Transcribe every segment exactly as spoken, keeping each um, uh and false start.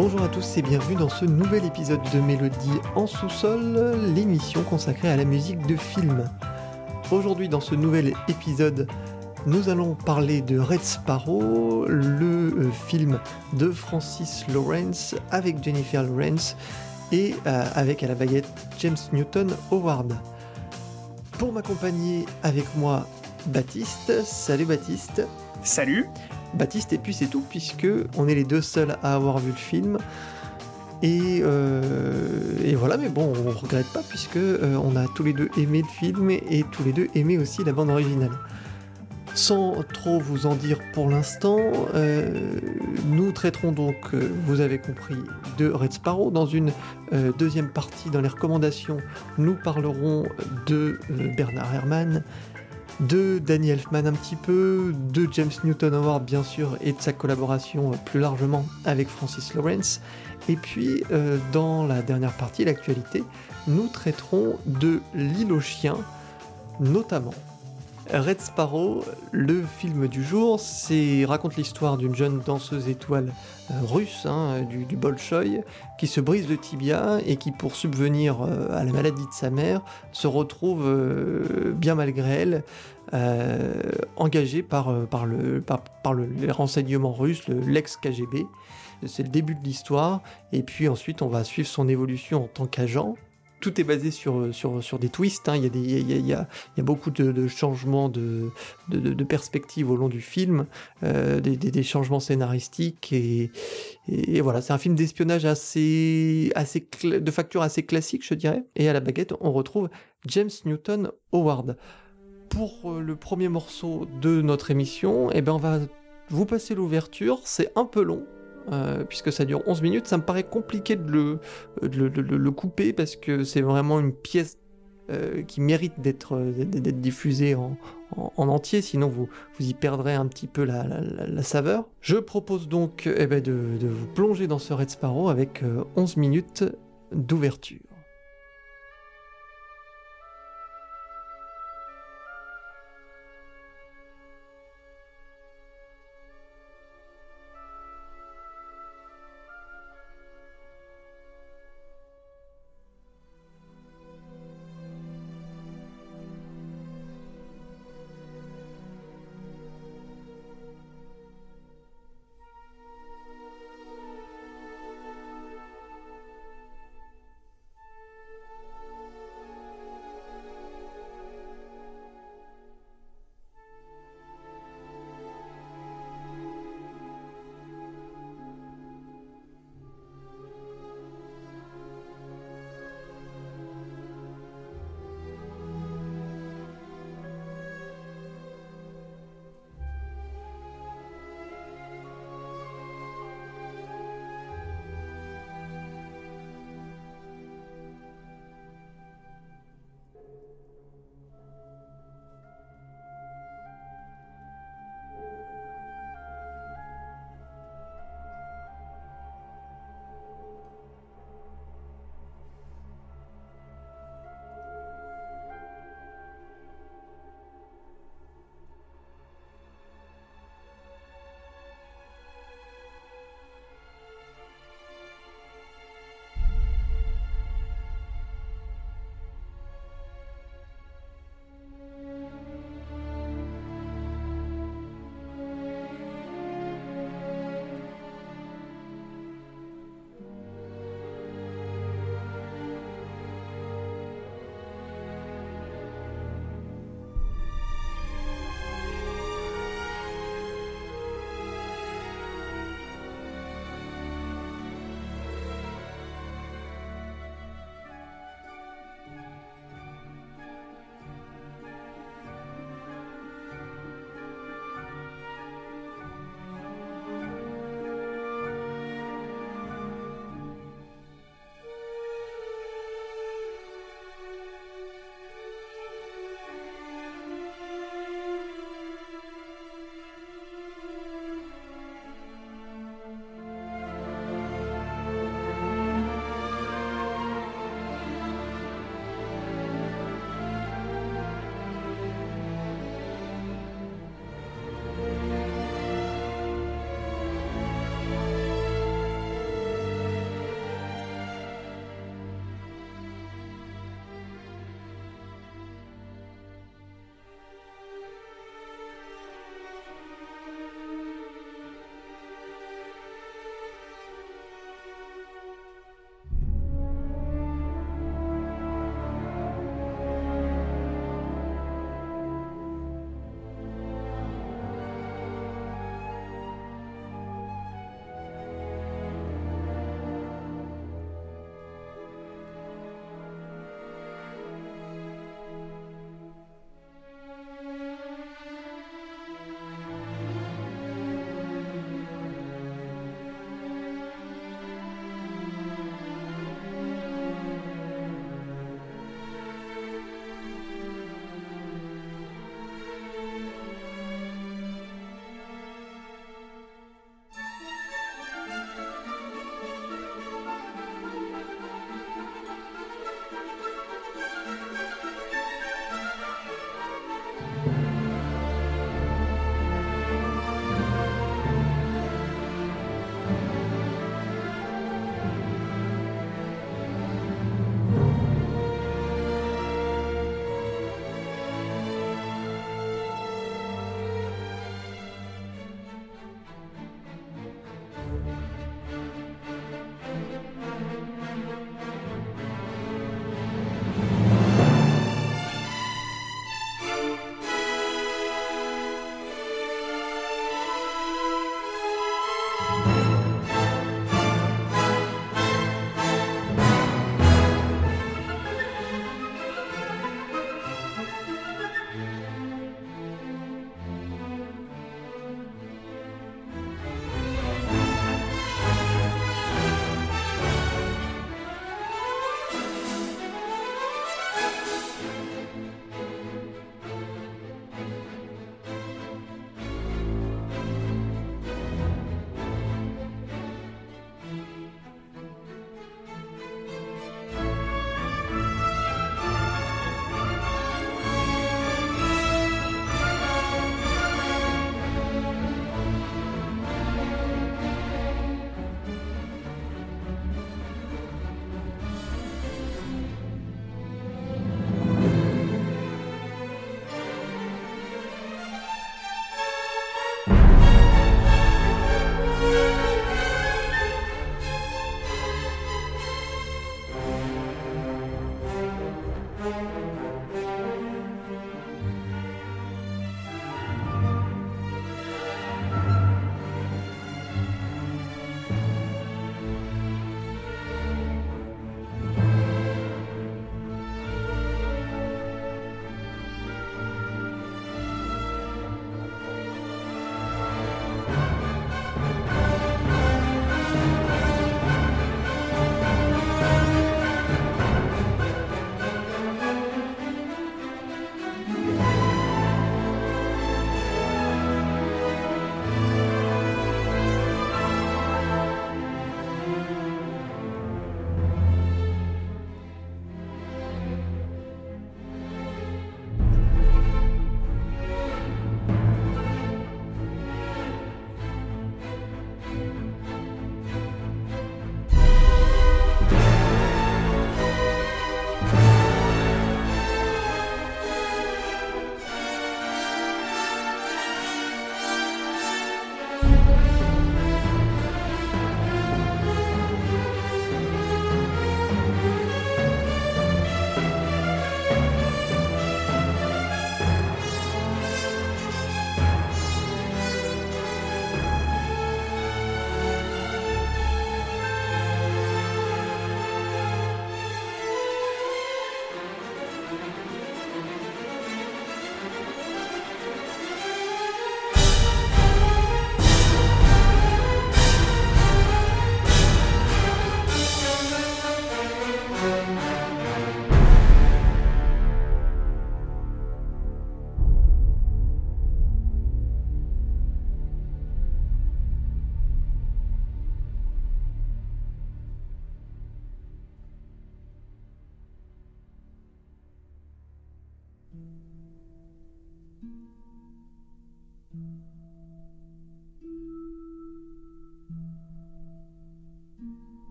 Bonjour à tous et bienvenue dans ce nouvel épisode de Mélodie en sous-sol, l'émission consacrée à la musique de film. Aujourd'hui dans ce nouvel épisode, nous allons parler de Red Sparrow, le euh, film de Francis Lawrence avec Jennifer Lawrence et euh, avec à la baguette James Newton Howard. Pour m'accompagner avec moi, Baptiste. Salut Baptiste. Salut. Baptiste, et puis c'est tout, puisque on est les deux seuls à avoir vu le film. Et, euh, et voilà, mais bon, on regrette pas, puisque euh, on a tous les deux aimé le film et tous les deux aimé aussi la bande originale. Sans trop vous en dire pour l'instant, euh, nous traiterons donc, euh, vous avez compris, de Red Sparrow. Dans une euh, deuxième partie, dans les recommandations, nous parlerons de euh, Bernard Herrmann, de Danny Elfman un petit peu, de James Newton Howard bien sûr, et de sa collaboration euh, plus largement avec Francis Lawrence. Et puis, euh, dans la dernière partie, l'actualité, nous traiterons de L'île aux chiens, notamment. Red Sparrow, le film du jour, c'est, raconte l'histoire d'une jeune danseuse étoile euh, russe, hein, du, du Bolchoï, qui se brise le tibia et qui, pour subvenir euh, à la maladie de sa mère, se retrouve, euh, bien malgré elle, euh, engagée par, euh, par, le, par, par le, les renseignements russes, le, l'ex-K G B. C'est le début de l'histoire, et puis ensuite on va suivre son évolution en tant qu'agent. Tout est basé sur, sur, sur des twists, hein. Il y a, des, il y a, il y a, il y a beaucoup de, de changements de, de, de, de perspectives au long du film, euh, des, des, des changements scénaristiques, et, et, et voilà, c'est un film d'espionnage assez, assez cl- de facture assez classique, je dirais. Et à la baguette, on retrouve James Newton Howard. Pour le premier morceau de notre émission, eh ben on va vous passer l'ouverture, c'est un peu long, Euh, puisque ça dure onze minutes, ça me paraît compliqué de le, de le, de le couper parce que c'est vraiment une pièce euh, qui mérite d'être, d'être diffusée en, en, en entier, sinon vous, vous y perdrez un petit peu la, la, la, la saveur. Je propose donc eh ben de, de vous plonger dans ce Red Sparrow avec euh, onze minutes d'ouverture.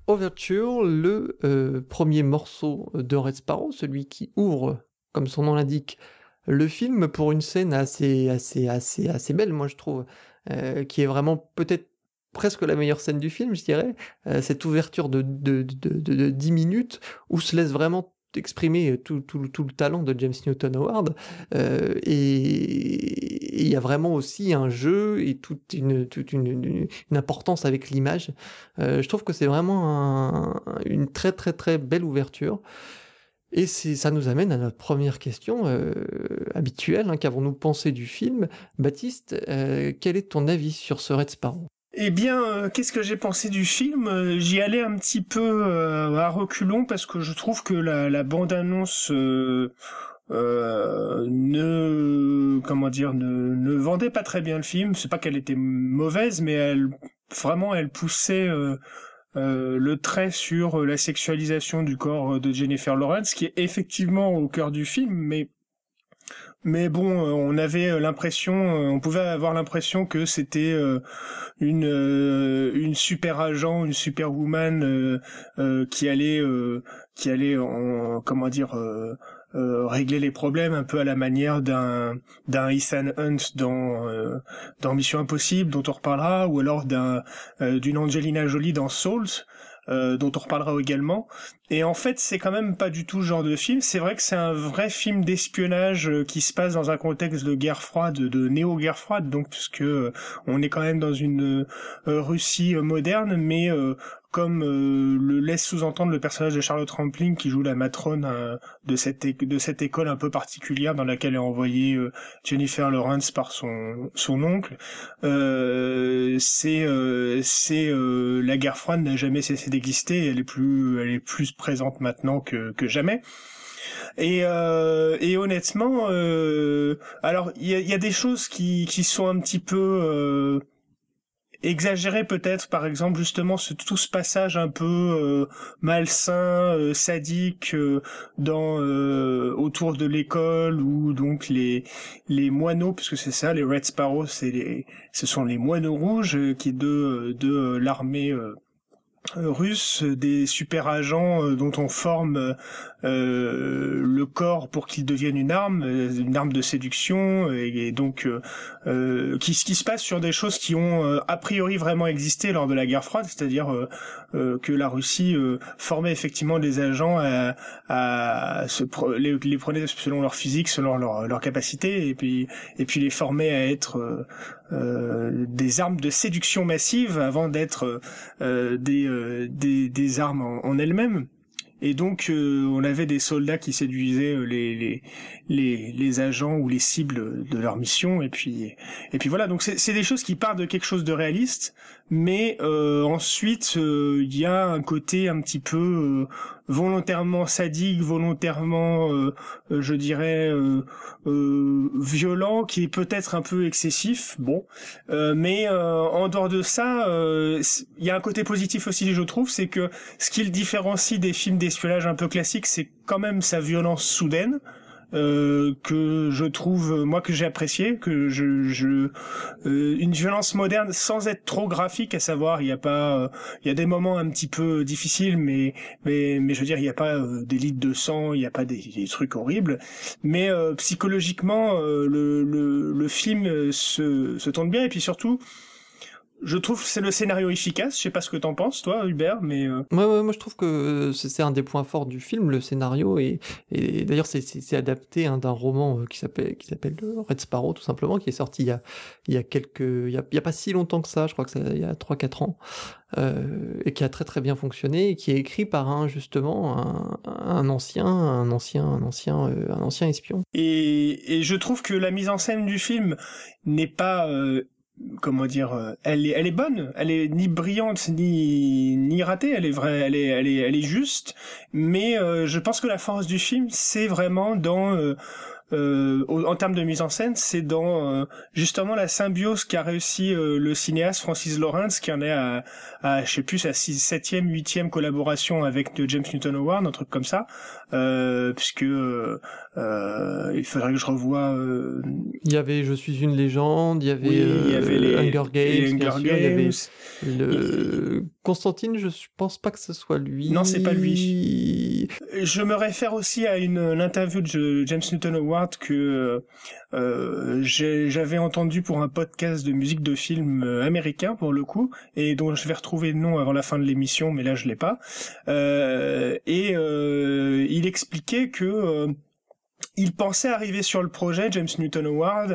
Overture, le euh, premier morceau de Red Sparrow, celui qui ouvre, comme son nom l'indique, le film pour une scène assez, assez, assez, assez belle, moi je trouve, euh, qui est vraiment peut-être presque la meilleure scène du film, je dirais, euh, cette ouverture de, de, de, de, de dix minutes où se laisse vraiment exprimer tout, tout, tout le talent de James Newton Howard, euh, et il y a vraiment aussi un jeu et toute une, toute une, une, une importance avec l'image. Euh, je trouve que c'est vraiment un, une très très très belle ouverture. Et c'est, ça nous amène à notre première question euh, habituelle, hein, qu'avons-nous pensé du film? Baptiste, euh, quel est ton avis sur ce Red Sparrow? Eh bien, euh, qu'est-ce que j'ai pensé du film? Euh, J'y allais un petit peu euh, à reculons parce que je trouve que la, la bande-annonce euh, euh, ne, comment dire, ne, ne vendait pas très bien le film. C'est pas qu'elle était mauvaise, mais elle, vraiment, elle poussait euh, euh, le trait sur la sexualisation du corps de Jennifer Lawrence, qui est effectivement au cœur du film, mais Mais bon, euh, on avait l'impression, euh, on pouvait avoir l'impression que c'était euh, une euh, une super agent, une superwoman euh, euh, qui allait euh, qui allait en, comment dire euh, euh, régler les problèmes un peu à la manière d'un d'un Ethan Hunt dans euh, dans Mission Impossible, dont on reparlera, ou alors d'un euh, d'une Angelina Jolie dans Souls. Euh, dont on reparlera également. Et en fait, c'est quand même pas du tout ce genre de film. C'est vrai que c'est un vrai film d'espionnage euh, qui se passe dans un contexte de guerre froide, de néo-guerre froide, donc puisque euh, on est quand même dans une euh, Russie euh, moderne, mais euh, comme euh, le laisse sous-entendre le personnage de Charlotte Rampling qui joue la matrone euh, de cette é- de cette école un peu particulière dans laquelle est envoyée euh, Jennifer Lawrence par son son oncle. Euh, c'est euh, c'est euh, la guerre froide n'a jamais cessé d'exister. Elle est plus elle est plus présente maintenant que que jamais. Et, euh, et honnêtement, euh, alors il y a, y a des choses qui qui sont un petit peu euh, exagéré peut-être, par exemple justement ce, tout ce passage un peu euh, malsain, euh, sadique euh, dans euh, autour de l'école où donc les les moineaux, puisque c'est ça, les Red Sparrows, c'est les ce sont les moineaux rouges euh, qui de de euh, l'armée euh, russe, des super agents euh, dont on forme euh, le corps pour qu'ils deviennent une arme, euh, une arme de séduction, et, et donc euh, euh, qui, qui se passe sur des choses qui ont euh, a priori vraiment existé lors de la guerre froide, c'est-à-dire euh, euh, que la Russie euh, formait effectivement des agents à, à se pre- les, les prenait selon leur physique, selon leur, leur capacité, et puis et puis les formait à être euh, euh, des armes de séduction massive avant d'être euh, des, euh, des des armes en, en elles-mêmes. Et donc euh, on avait des soldats qui séduisaient euh, les, les les les agents ou les cibles de leur mission, et puis et puis voilà, donc c'est c'est des choses qui partent de quelque chose de réaliste, mais euh, ensuite il euh, y a un côté un petit peu euh, volontairement sadique, volontairement euh, euh, je dirais euh, euh, violent, qui est peut-être un peu excessif, bon, euh, mais euh, en dehors de ça, il euh, y a un côté positif aussi, je trouve, c'est que ce qui le différencie des films d'espionnage un peu classiques, c'est quand même sa violence soudaine, euh, que je trouve, moi, que j'ai apprécié, que je, je euh, une violence moderne sans être trop graphique, à savoir, il y a pas, euh, il y a des moments un petit peu difficiles, mais mais mais je veux dire, il y a pas euh, des litres de sang, il y a pas des, des trucs horribles, mais euh, psychologiquement, euh, le le le film se se tourne bien, et puis surtout, je trouve que c'est le scénario efficace. Je sais pas ce que t'en penses, toi, Hubert, mais... Euh... Ouais, ouais, moi je trouve que c'est, c'est un des points forts du film, le scénario, et, et d'ailleurs c'est, c'est, c'est adapté hein, d'un roman qui s'appelle, qui s'appelle Red Sparrow, tout simplement, qui est sorti il y a, il y a quelques... Il y a, il y a pas si longtemps que ça, je crois que c'est il y a trois quatre ans, euh, et qui a très très bien fonctionné, et qui est écrit par un, justement, un, un ancien, un ancien, un ancien, euh, un ancien espion. Et, et je trouve que la mise en scène du film n'est pas... Euh... comment dire, elle est, elle est bonne, elle est ni brillante ni ni ratée, elle est vraie, elle est, elle est, elle est juste. Mais euh, je pense que la force du film, c'est vraiment dans, euh, euh, en termes de mise en scène, c'est dans euh, justement la symbiose qu'a réussi euh, le cinéaste Francis Lawrence, qui en est à, à je sais plus, à six, septième, huitième collaboration avec de James Newton Howard, un truc comme ça, euh, puisque euh, euh, il faudrait que je revoie. Euh... Il y avait Je suis une légende, il y avait, oui, euh, il y avait les Hunger Games, les Hunger bien sûr, Games. il y avait le... Constantine, je pense pas que ce soit lui. Non, c'est pas lui. Je me réfère aussi à une l'interview de James Newton Howard que euh, j'ai, j'avais entendu pour un podcast de musique de film américain pour le coup, et dont je vais retrouver le nom avant la fin de l'émission, mais là je l'ai pas. Euh, et euh, il expliquait que euh, il pensait arriver sur le projet, James Newton Howard,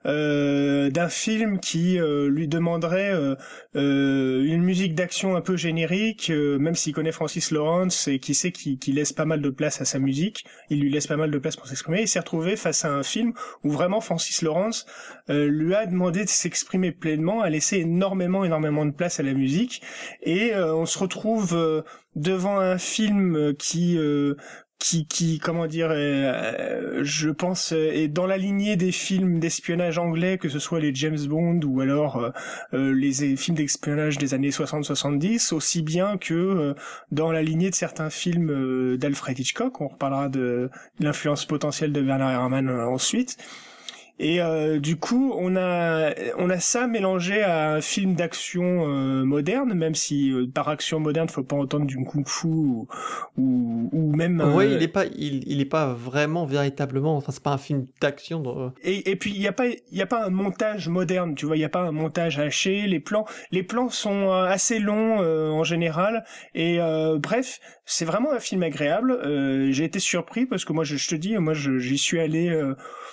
euh, d'un film qui euh, lui demanderait euh, euh, une musique d'action un peu générique, euh, même s'il connaît Francis Lawrence et qui sait qu'il, qu'il laisse pas mal de place à sa musique, il lui laisse pas mal de place pour s'exprimer. Il s'est retrouvé face à un film où vraiment Francis Lawrence euh, lui a demandé de s'exprimer pleinement, a laissé énormément, énormément de place à la musique, et euh, on se retrouve euh, devant un film qui... Euh, qui qui comment dire euh, je pense est dans la lignée des films d'espionnage anglais, que ce soit les James Bond ou alors euh, euh, les films d'espionnage des années soixante soixante-dix, aussi bien que euh, dans la lignée de certains films euh, d'Alfred Hitchcock. On reparlera de, de l'influence potentielle de Werner Herrmann euh, ensuite. Et euh, du coup, on a on a ça mélangé à un film d'action euh, moderne, même si euh, par action moderne, faut pas entendre du kung-fu ou ou, ou même. Euh... Oui, il est pas il il est pas vraiment véritablement. Enfin, c'est pas un film d'action. Dans... Et et puis il y a pas il y a pas un montage moderne, tu vois, il y a pas un montage haché. Les plans les plans sont assez longs euh, en général. Et euh, bref, c'est vraiment un film agréable. Euh, j'ai été surpris parce que moi, je, je te dis, moi, je, j'y suis allé. Euh,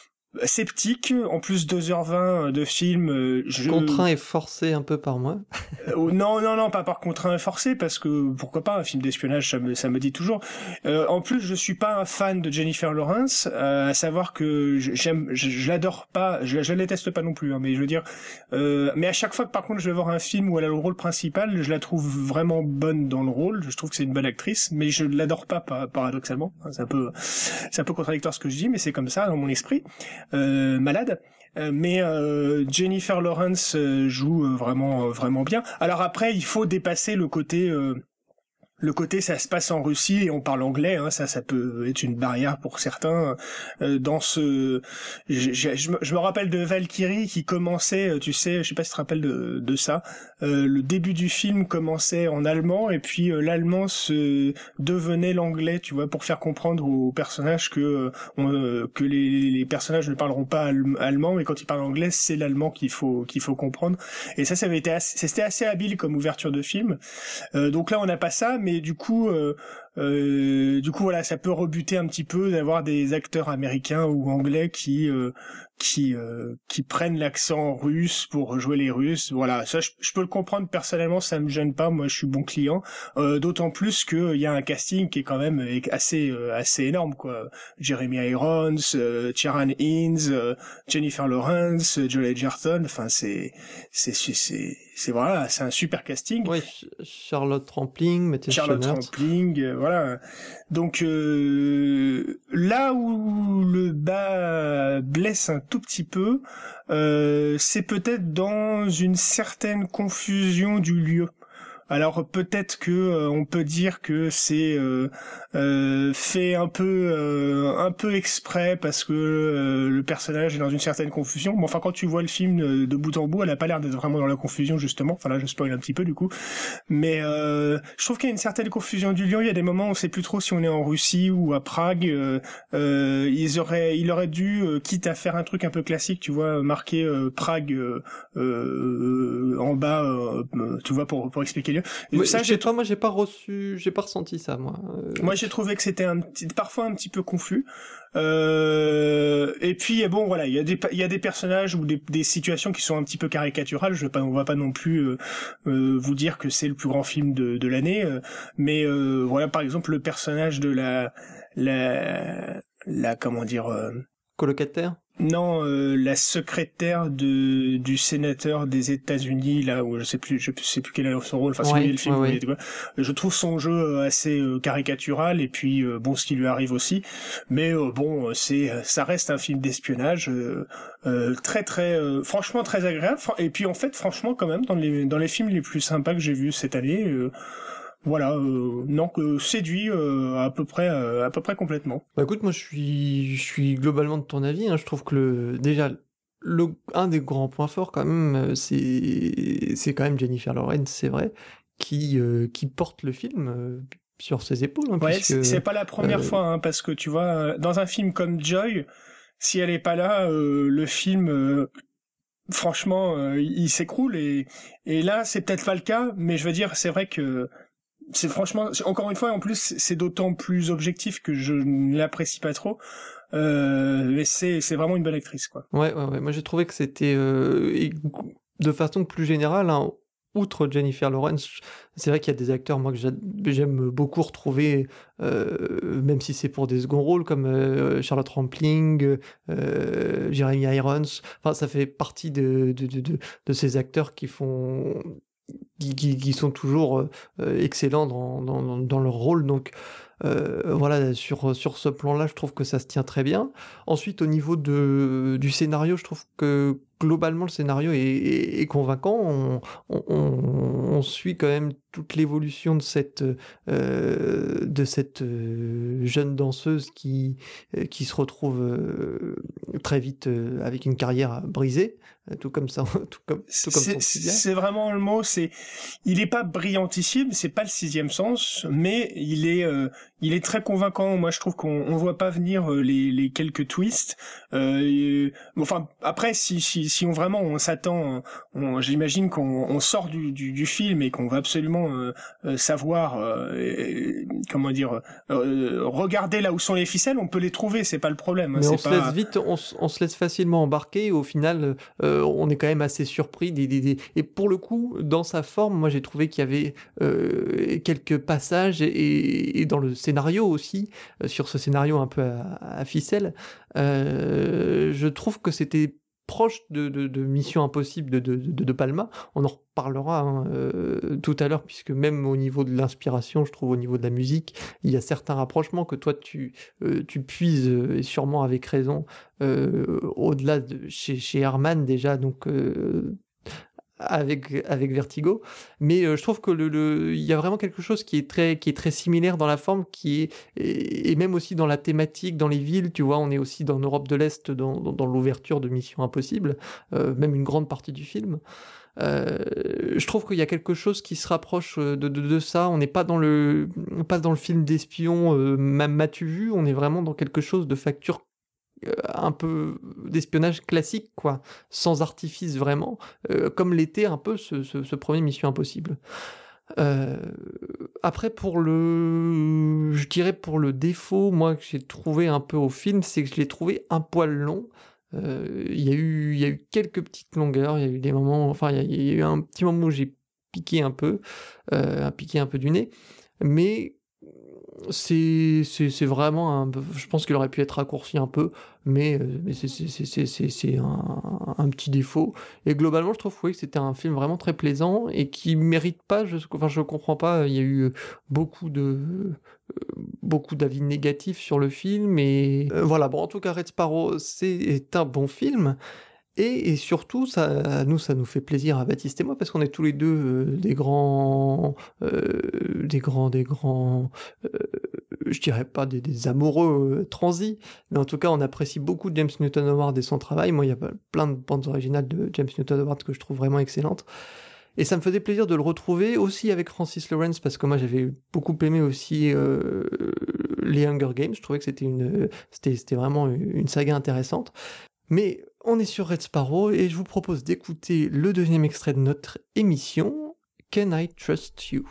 sceptique, en plus deux heures vingt de film. Je... Contraint et forcé un peu par moi. euh, non, non, non, pas par contraint et forcé, parce que pourquoi pas, un film d'espionnage, ça me, ça me dit toujours. Euh, en plus, je suis pas un fan de Jennifer Lawrence, euh, à savoir que j'aime, je, je l'adore pas, je, je la déteste pas non plus, hein, mais je veux dire, euh, mais à chaque fois que par contre je vais voir un film où elle a le rôle principal, je la trouve vraiment bonne dans le rôle, je trouve que c'est une bonne actrice, mais je l'adore pas, paradoxalement. C'est un peu, c'est un peu contradictoire ce que je dis, mais c'est comme ça dans mon esprit. Euh, malade, euh, mais euh, Jennifer Lawrence euh, joue euh, vraiment euh, vraiment bien. Alors après, il faut dépasser le côté euh, le côté ça se passe en Russie et on parle anglais, hein, ça ça peut être une barrière pour certains. Euh, dans ce, je, je, je, me, je me rappelle de Valkyrie qui commençait, tu sais, je sais pas si tu te rappelles de, de ça. Euh, le début du film commençait en allemand et puis euh, l'allemand se devenait l'anglais, tu vois, pour faire comprendre aux personnages que euh, on, euh, que les, les personnages ne parleront pas allemand, mais quand ils parlent anglais, c'est l'allemand qu'il faut qu'il faut comprendre. Et ça, ça avait été assez, c'était assez habile comme ouverture de film. Euh, donc là, on n'a pas ça, mais du coup, euh, euh, du coup, voilà, ça peut rebuter un petit peu d'avoir des acteurs américains ou anglais qui euh, qui euh, qui prennent l'accent russe pour jouer les Russes. Voilà, ça, je, je peux le comprendre personnellement, ça me gêne pas. Moi, je suis bon client. Euh, d'autant plus que il y a un casting qui est quand même assez euh, assez énorme, quoi. Jeremy Irons, euh, Ciarán Hinds, euh, Jennifer Lawrence, Joel Edgerton. Enfin, c'est c'est c'est c'est c'est voilà, c'est un super casting. Oui, Charlotte Rampling, Mathieu Charlotte Rampling, euh, voilà. Donc euh, là où le bas blesse un tout petit peu, euh, c'est peut-être dans une certaine confusion du lieu. Alors peut-être que euh, on peut dire que c'est euh, euh, fait un peu euh, un peu exprès parce que euh, le personnage est dans une certaine confusion. Mais enfin, quand tu vois le film de, de bout en bout, elle a pas l'air d'être vraiment dans la confusion, justement. Enfin là, je spoil un petit peu du coup, mais euh, je trouve qu'il y a une certaine confusion du lieu. Il y a des moments où on sait plus trop si on est en Russie ou à Prague. Euh, euh, ils auraient, il aurait dû, euh, quitte à faire un truc un peu classique, tu vois, marquer euh, Prague euh, euh, en bas, euh, tu vois, pour pour expliquer. Mais ça, j'ai pas, moi, j'ai pas reçu, j'ai pas ressenti ça, moi. Euh... Moi, j'ai trouvé que c'était un petit, parfois un petit peu confus. Euh, et puis, bon, voilà, il y a des, il y a des personnages ou des, des situations qui sont un petit peu caricaturales. Je vais pas, on va pas non plus euh, euh, vous dire que c'est le plus grand film de, de l'année, euh, mais euh, voilà, par exemple, le personnage de la, la, la, comment dire, euh, colocataire. Non, euh, la secrétaire de du sénateur des États-Unis, là où je sais plus, je sais plus quel est son rôle. Enfin, ouais, c'est le film. Ouais, ouais. Je trouve son jeu assez euh, caricatural et puis euh, bon, ce qui lui arrive aussi. Mais euh, bon, c'est, ça reste un film d'espionnage euh, euh, très très, euh, franchement très agréable. Et puis en fait, franchement, quand même, dans les dans les films les plus sympas que j'ai vus cette année. Euh, Voilà, euh, non, que séduit euh, à peu près, euh, à peu près complètement. Bah écoute, moi je suis, je suis globalement de ton avis. Hein. Je trouve que le, déjà, le, un des grands points forts quand même, c'est, c'est quand même Jennifer Lawrence, c'est vrai. qui, euh, qui porte le film euh, sur ses épaules. Hein, ouais, puisque, c'est pas la première euh... fois, hein, parce que tu vois, dans un film comme Joy, si elle est pas là, euh, le film, euh, franchement, euh, il s'écroule. Et, et là, c'est peut-être pas le cas, mais je veux dire, c'est vrai que c'est franchement, encore une fois, en plus, c'est d'autant plus objectif que je ne l'apprécie pas trop. Euh, mais c'est, c'est vraiment une belle actrice, quoi. Ouais, ouais, ouais. Moi, j'ai trouvé que c'était, euh, de façon plus générale, hein, outre Jennifer Lawrence, c'est vrai qu'il y a des acteurs, moi, que j'aime beaucoup retrouver, euh, même si c'est pour des seconds rôles, comme euh, Charlotte Rampling, euh, Jeremy Irons. Enfin, ça fait partie de, de, de, de, de ces acteurs qui font... Qui, qui, qui sont toujours euh, excellents dans, dans, dans leur rôle. Donc, Euh, voilà, sur, sur ce plan-là, je trouve que ça se tient très bien. Ensuite, au niveau de, du scénario, je trouve que globalement, le scénario est, est, est convaincant. On, on, on, on suit quand même toute l'évolution de cette, euh, de cette euh, jeune danseuse qui, euh, qui se retrouve euh, très vite euh, avec une carrière brisée, tout comme ça, tout comme, tout comme son c'est, c'est vraiment le mot. C'est, il est pas brillantissime, c'est pas le sixième sens, mais il est, euh, il est très convaincant. Moi, je trouve qu'on on voit pas venir les, les quelques twists. Euh, et, enfin, après, si, si, si on vraiment on s'attend, on, j'imagine qu'on on sort du, du, du film et qu'on va absolument euh, euh, savoir, euh, comment dire, euh, regarder là où sont les ficelles. On peut les trouver, c'est pas le problème. Mais c'est on pas... se laisse vite, on, on se laisse facilement embarquer. Et au final, euh, on est quand même assez surpris. Des, des, des... Et pour le coup, dans sa forme, moi j'ai trouvé qu'il y avait euh, quelques passages et, et dans le scénario aussi, euh, sur ce scénario un peu à, à ficelle, euh, je trouve que c'était proche de, de, de Mission Impossible de, de, de, de Palma. On en reparlera hein, euh, tout à l'heure, puisque même au niveau de l'inspiration, je trouve au niveau de la musique, il y a certains rapprochements que toi tu, euh, tu puises, euh, et sûrement avec raison, euh, au-delà de chez, chez Herman déjà, donc euh, avec, avec Vertigo, mais euh, je trouve que le, le, il y a vraiment quelque chose qui est très, qui est très similaire dans la forme, qui est, et, et même aussi dans la thématique, dans les villes, tu vois, on est aussi dans Europe de l'Est, dans, dans, dans l'ouverture de Mission Impossible, euh, même une grande partie du film. Euh, je trouve qu'il y a quelque chose qui se rapproche de, de, de ça. On n'est pas dans le, pas dans le film d'espion, euh, m'as-tu vu, on est vraiment dans quelque chose de facture un peu d'espionnage classique, quoi, sans artifice vraiment, euh, comme l'était un peu ce, ce, ce premier Mission Impossible. Euh, après, pour le, je dirais pour le défaut, moi que j'ai trouvé un peu au film, c'est que je l'ai trouvé un poil long. Il euh, y a eu, il y a eu quelques petites longueurs, il y a eu des moments, enfin il y, y a eu un petit moment où j'ai piqué un peu, euh, piqué un peu du nez, mais c'est, c'est, c'est vraiment un, je pense qu'il aurait pu être raccourci un peu, mais, mais c'est, c'est, c'est, c'est, c'est un, un petit défaut. Et globalement, je trouve oui, que c'était un film vraiment très plaisant et qui mérite pas, je, enfin, je comprends pas, il y a eu beaucoup de, beaucoup d'avis négatifs sur le film, et euh, voilà, bon, en tout cas, Red Sparrow, c'est un bon film. Et, et surtout, ça, nous, ça nous fait plaisir à Baptiste et moi, parce qu'on est tous les deux euh, des grands, euh, des grands, des grands, euh, je dirais pas des, des amoureux euh, transis, mais en tout cas, on apprécie beaucoup James Newton Howard et son travail. Moi, il y a plein de bandes originales de James Newton Howard que je trouve vraiment excellentes. Et ça me faisait plaisir de le retrouver aussi avec Francis Lawrence, parce que moi, j'avais beaucoup aimé aussi euh, les Hunger Games. Je trouvais que c'était une, c'était, c'était vraiment une saga intéressante. Mais on est sur Red Sparrow et je vous propose d'écouter le deuxième extrait de notre émission, Can I Trust You?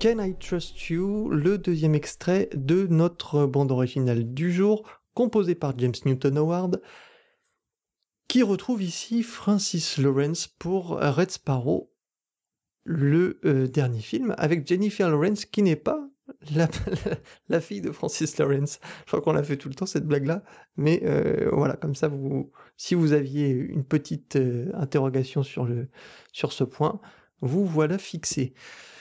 Can I Trust You, le deuxième extrait de notre bande originale du jour, composée par James Newton Howard, qui retrouve ici Francis Lawrence pour Red Sparrow, le euh, dernier film, avec Jennifer Lawrence, qui n'est pas la, la, la fille de Francis Lawrence. Je crois qu'on l'a fait tout le temps, cette blague-là, mais euh, voilà, comme ça, vous, si vous aviez une petite euh, interrogation sur, le, sur ce point, vous voilà fixé.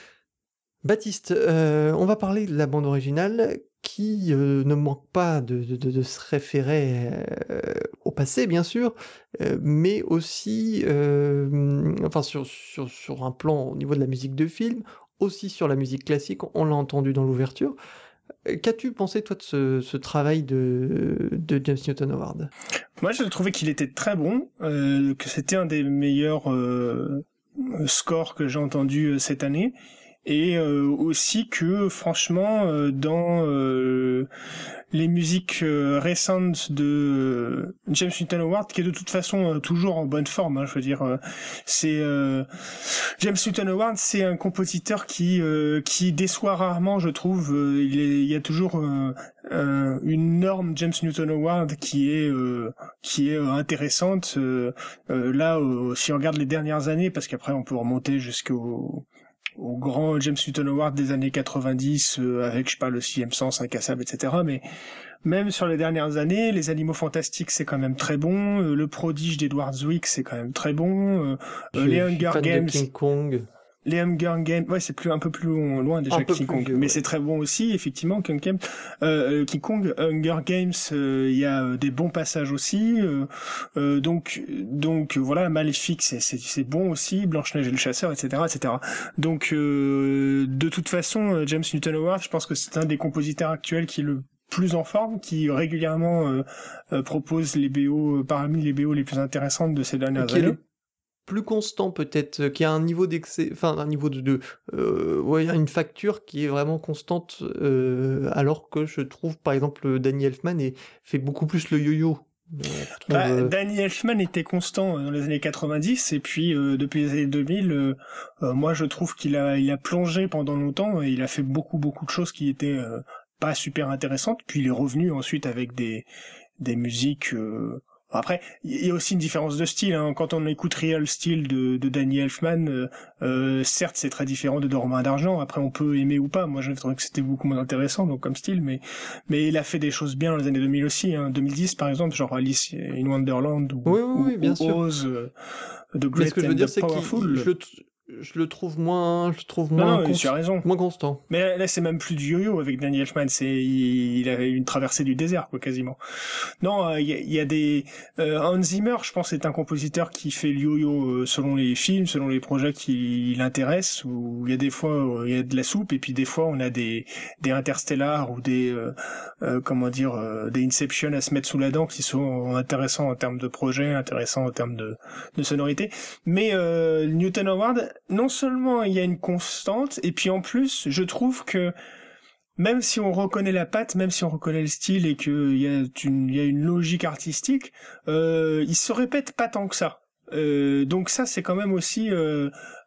Baptiste, euh, on va parler de la bande originale qui euh, ne manque pas de, de, de se référer euh, au passé, bien sûr, euh, mais aussi, euh, enfin, sur, sur, sur un plan au niveau de la musique de film, aussi sur la musique classique, on l'a entendu dans l'ouverture. Qu'as-tu pensé, toi, de ce, ce travail de, de James Newton Howard ? Moi, j'ai trouvé qu'il était très bon, euh, que c'était un des meilleurs euh, scores que j'ai entendus cette année. Et euh, aussi que franchement euh, dans euh, les musiques euh, récentes de euh, James Newton Howard, qui est de toute façon euh, toujours en bonne forme, hein, je veux dire, euh, c'est euh, James Newton Howard, c'est un compositeur qui euh, qui déçoit rarement, je trouve. Euh, il, est, il y a toujours euh, euh, une norme James Newton Howard qui est euh, qui est euh, intéressante. Euh, euh, là, euh, si on regarde les dernières années, parce qu'après on peut remonter jusqu'au au grand James Newton Howard des années quatre-vingt-dix, euh, avec, je sais pas, le sixième sens, Incassable, et cetera. Mais même sur les dernières années, Les Animaux Fantastiques, c'est quand même très bon. Euh, le Prodige d'Edward Zwick, c'est quand même très bon. Euh, euh, les Hunger Games... King Kong. Les Hunger Games, ouais, c'est plus un peu plus loin déjà que King Kong, vieux, mais ouais. C'est très bon aussi, effectivement. King Kong, euh, King Kong, Hunger Games, il euh, y a des bons passages aussi. Euh, euh, donc, donc voilà, Maléfique, c'est c'est c'est bon aussi. Blanche Neige et le Chasseur, et cetera, et cetera. Donc, euh, de toute façon, James Newton Howard, je pense que c'est un des compositeurs actuels qui est le plus en forme, qui régulièrement euh, euh, propose les B O euh, parmi les B O les plus intéressantes de ces dernières années. Plus constant peut-être, qui a un niveau d'excès, enfin un niveau de, de euh, ouais, une facture qui est vraiment constante, euh, alors que je trouve par exemple Danny Elfman est, fait beaucoup plus le yo-yo. Trouve, bah, euh... Danny Elfman était constant dans les années quatre-vingt-dix et puis euh, depuis les années deux mille, euh, euh, moi je trouve qu'il a, il a plongé pendant longtemps et il a fait beaucoup beaucoup de choses qui étaient euh, pas super intéressantes. Puis il est revenu ensuite avec des des musiques. Euh, Après, il y a aussi une différence de style. Hein. Quand on écoute Real Steel de, de Danny Elfman, euh, euh, certes, c'est très différent de Dormain d'argent. Après, on peut aimer ou pas. Moi, je trouve que c'était beaucoup moins intéressant, donc comme style. Mais, mais il a fait des choses bien dans les années deux mille aussi. Hein. deux mille dix, par exemple, genre Alice in Wonderland ou, oui, oui, oui, bien ou sûr. Oz, euh, The Great ce que je veux and dire, the c'est Powerful. Je le, je le trouve moins, je le trouve moins, non, non, tu as raison. moins constant. Mais là, là, c'est même plus du yo-yo avec Danny Elfman. C'est, il, il avait une traversée du désert, quoi, quasiment. Non, il euh, y, y a des euh, Hans Zimmer, je pense, est un compositeur qui fait le yo-yo euh, selon les films, selon les projets qui l'intéressent. Où il y a des fois, il euh, y a de la soupe, et puis des fois, on a des des Interstellar ou des euh, euh, comment dire, euh, des Inception à se mettre sous la dent qui sont intéressants en termes de projet, intéressants en termes de de sonorité. Mais euh, Newton Howard, non seulement il y a une constante, et puis en plus, je trouve que même si on reconnaît la patte, même si on reconnaît le style et qu'il y a une, il y a une logique artistique, euh, il se répète pas tant que ça. Euh, donc ça, c'est quand même aussi euh,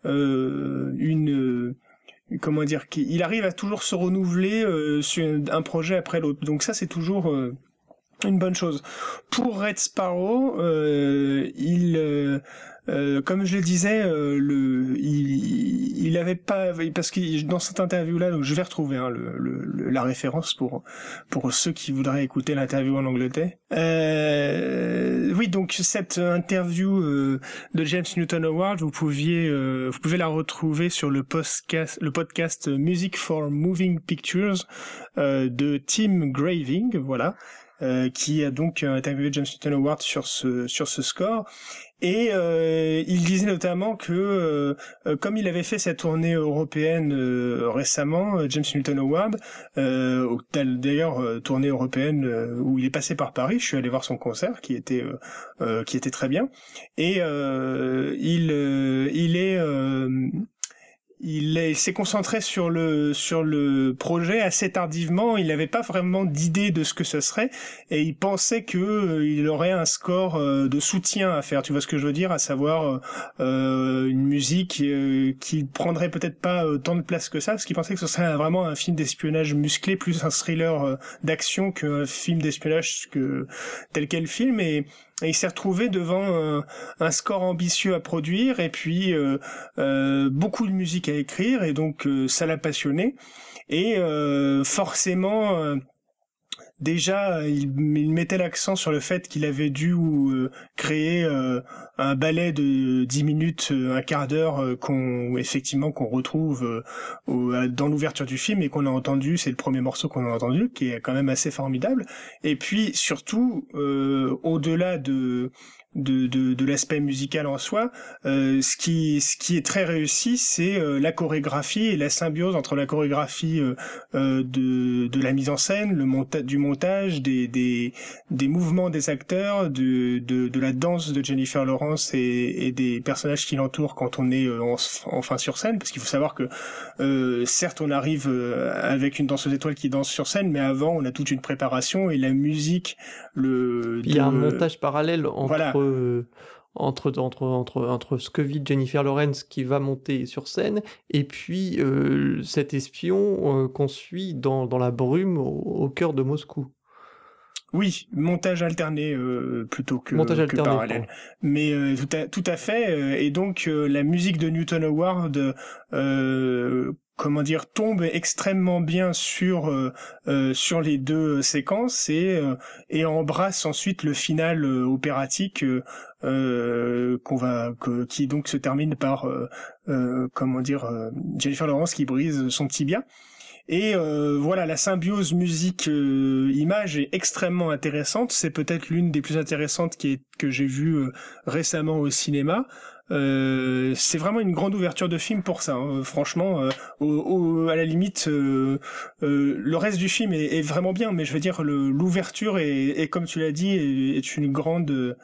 euh, une... Euh, comment dire, il arrive à toujours se renouveler euh, sur un projet après l'autre. Donc ça, c'est toujours... Euh, une bonne chose. Pour Red Sparrow, euh, il... Euh, Euh, comme je le disais, euh, le, il, il avait pas, parce que dans cette interview-là, donc je vais retrouver hein, le, le, la référence pour pour ceux qui voudraient écouter l'interview en Angleterre. Euh, oui, donc cette interview euh, de James Newton Howard, vous pouviez, euh, vous pouvez la retrouver sur le podcast, le podcast Music for Moving Pictures euh, de Tim Graving, voilà. Euh, qui a donc interviewé James Newton Howard sur ce sur ce score. Et euh, il disait notamment que, euh, comme il avait fait sa tournée européenne euh, récemment, James Newton Howard, euh, d'ailleurs euh, tournée européenne euh, où il est passé par Paris, je suis allé voir son concert qui était euh, euh, qui était très bien. Et euh, il euh, il est euh, il, est, il s'est concentré sur le sur le projet assez tardivement. Il n'avait pas vraiment d'idée de ce que ce serait, et il pensait que euh, il aurait un score euh, de soutien à faire. Tu vois ce que je veux dire, à savoir euh, une musique euh, qui prendrait peut-être pas euh, tant de place que ça, parce qu'il pensait que ce serait vraiment un film d'espionnage musclé, plus un thriller euh, d'action qu'un film d'espionnage que tel quel film. Et Et il s'est retrouvé devant un, un score ambitieux à produire, et puis euh, euh, beaucoup de musique à écrire, et donc euh, ça l'a passionné. Et euh, forcément, euh, déjà, il, il mettait l'accent sur le fait qu'il avait dû euh, créer euh, un ballet de dix minutes, un quart d'heure, euh, qu'on effectivement qu'on retrouve euh, au, dans l'ouverture du film et qu'on a entendu. C'est le premier morceau qu'on a entendu, qui est quand même assez formidable. Et puis surtout, euh, au-delà de de de, de l'aspect musical en soi, euh, ce qui ce qui est très réussi, c'est euh, la chorégraphie et la symbiose entre la chorégraphie euh, euh, de de la mise en scène, le monta du montage, des des des mouvements des acteurs, de de de la danse de Jennifer Lawrence et et des personnages qui l'entourent quand on est euh, en, enfin sur scène, parce qu'il faut savoir que euh, certes on arrive euh, avec une danseuse étoile qui danse sur scène, mais avant on a toute une préparation, et la musique, le il y a un montage parallèle entre voilà. Euh, entre, entre, entre, entre ce que vit Jennifer Lawrence qui va monter sur scène, et puis euh, cet espion euh, qu'on suit dans, dans la brume au, au cœur de Moscou. Oui, montage alterné euh, plutôt que, montage que alterné, parallèle. pardon. Mais euh, tout, à, tout à fait. Euh, et donc euh, la musique de Newton Howard, euh, comment dire, tombe extrêmement bien sur euh, euh, sur les deux séquences, et euh, et embrasse ensuite le final euh, opératique euh, euh, qu'on va que, qui donc se termine par euh, euh, comment dire euh, Jennifer Lawrence qui brise son tibia. Et euh, voilà, la symbiose musique-image euh, est extrêmement intéressante. C'est peut-être l'une des plus intéressantes qui est, que j'ai vues euh, récemment au cinéma. Euh, c'est vraiment une grande ouverture de film pour ça. Hein. Franchement, euh, au, au, à la limite, euh, euh, le reste du film est, est vraiment bien, mais je veux dire, le, l'ouverture est, est, comme tu l'as dit, est, est une grande, euh,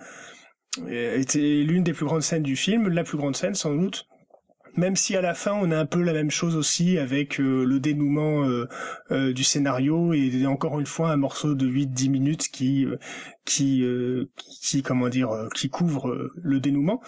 est l'une des plus grandes scènes du film, la plus grande scène sans doute. Même si à la fin on a un peu la même chose aussi avec euh, le dénouement euh, euh, du scénario, et encore une fois un morceau de huit dix minutes qui euh, qui euh, qui comment dire euh, qui couvre euh, le dénouement.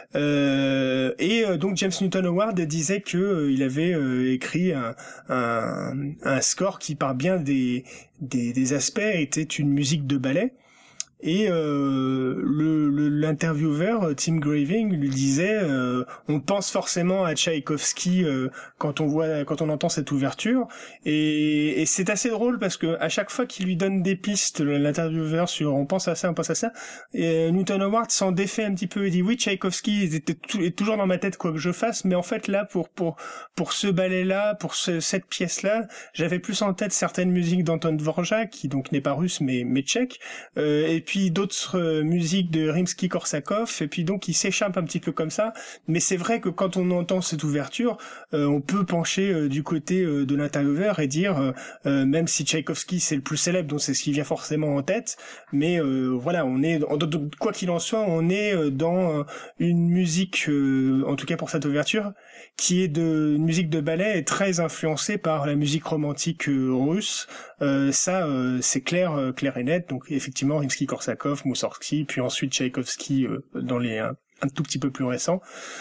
Euh, et euh, donc James Newton Howard disait que euh, il avait euh, écrit un, un un score qui par bien des des des aspects était une musique de ballet. Et euh, le, le l'intervieweur Tim Graving lui disait euh, on pense forcément à Tchaïkovski euh, quand on voit quand on entend cette ouverture, et, et c'est assez drôle parce que à chaque fois qu'il lui donne des pistes, l'intervieweur, sur on pense à ça on pense à ça, et Newton Howard s'en défait un petit peu et dit oui, Tchaïkovski était tout, est toujours dans ma tête quoi que je fasse, mais en fait là pour pour pour ce ballet là, pour ce, cette pièce là, j'avais plus en tête certaines musiques d'Anton Dvorak, qui donc n'est pas russe mais mais tchèque, euh, et puis puis d'autres euh, musiques de Rimsky-Korsakov, et puis donc il s'échappe un petit peu comme ça. Mais c'est vrai que quand on entend cette ouverture, euh, on peut pencher euh, du côté euh, de l'intervieweur et dire, euh, euh, même si Tchaïkovski c'est le plus célèbre, donc c'est ce qui vient forcément en tête, mais euh, voilà, on est, quoi qu'il en soit, on est dans une musique, euh, en tout cas pour cette ouverture, qui est de une musique de ballet et très influencée par la musique romantique euh, russe. Euh, ça, euh, c'est clair, euh, clair et net. Donc effectivement, Rimsky-Korsakov, Moussorgsky, puis ensuite Tchaïkovski euh, dans les un, un tout petit peu plus récents.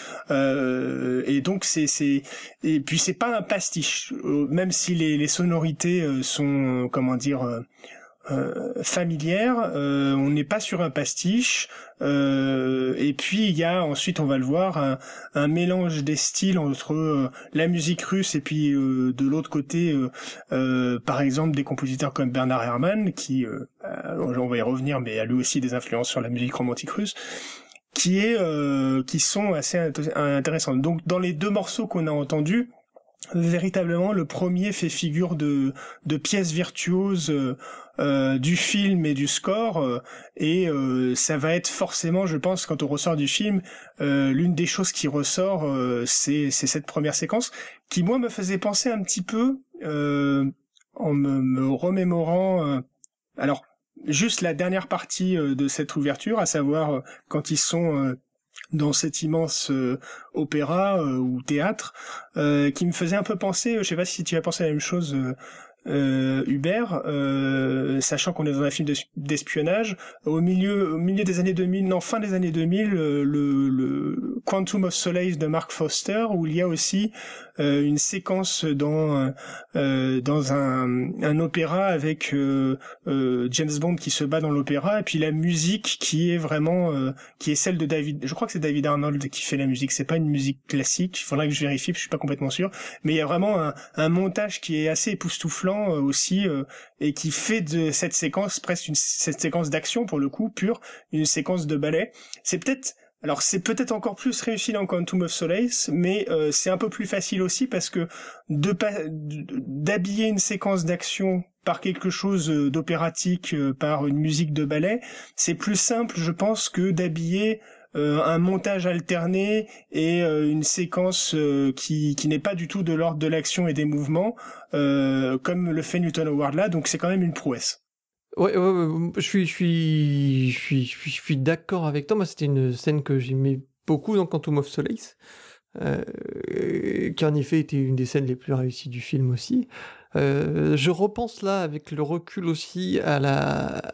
Euh, et donc c'est c'est et puis c'est pas un pastiche, euh, même si les les sonorités euh, sont euh, comment dire euh, Euh, familière, euh, on n'est pas sur un pastiche, euh, et puis il y a ensuite, on va le voir, un, un mélange des styles entre euh, la musique russe et puis euh, de l'autre côté, euh, euh, par exemple des compositeurs comme Bernard Herrmann, qui, euh, on va y revenir, mais a lui aussi des influences sur la musique romantique russe, qui est, euh, qui sont assez int- intéressantes. Donc dans les deux morceaux qu'on a entendus, véritablement le premier fait figure de de pièce virtuose euh, euh, du film et du score, euh, et euh, ça va être forcément, je pense, quand on ressort du film, euh, l'une des choses qui ressort, euh, c'est c'est cette première séquence qui moi me faisait penser un petit peu euh, en me, me remémorant euh, alors juste la dernière partie euh, de cette ouverture, à savoir euh, quand ils sont euh, dans cet immense euh, opéra euh, ou théâtre, euh, qui me faisait un peu penser, je sais pas si tu as pensé à la même chose, euh, euh, Hubert, euh, sachant qu'on est dans un film d'es- d'espionnage, au milieu, au milieu des années deux mille, non, fin des années deux mille, euh, le, le Quantum of Solace de Mark Foster, où il y a aussi euh, une séquence dans euh, dans un, un opéra avec euh, euh, James Bond qui se bat dans l'opéra, et puis la musique qui est vraiment euh, qui est celle de David, je crois que c'est David Arnold qui fait la musique, c'est pas une musique classique, il faudrait que je vérifie, je suis pas complètement sûr, mais il y a vraiment un, un montage qui est assez époustouflant euh, aussi euh, et qui fait de cette séquence presque une cette séquence d'action pour le coup pure, une séquence de ballet. C'est peut-être Alors c'est peut-être encore plus réussi dans Quantum of Solace, mais euh, c'est un peu plus facile aussi parce que de pa- d'habiller une séquence d'action par quelque chose d'opératique, euh, par une musique de ballet, c'est plus simple, je pense, que d'habiller euh, un montage alterné et euh, une séquence euh, qui qui n'est pas du tout de l'ordre de l'action et des mouvements, euh, comme le fait Newton Howard là. Donc c'est quand même une prouesse. Ouais, ouais, ouais, je suis, je suis, je suis, je suis, je suis d'accord avec toi. Moi, c'était une scène que j'aimais beaucoup dans Quantum of Solace, euh, qui en effet était une des scènes les plus réussies du film aussi. Euh, je repense là, avec le recul aussi, à la,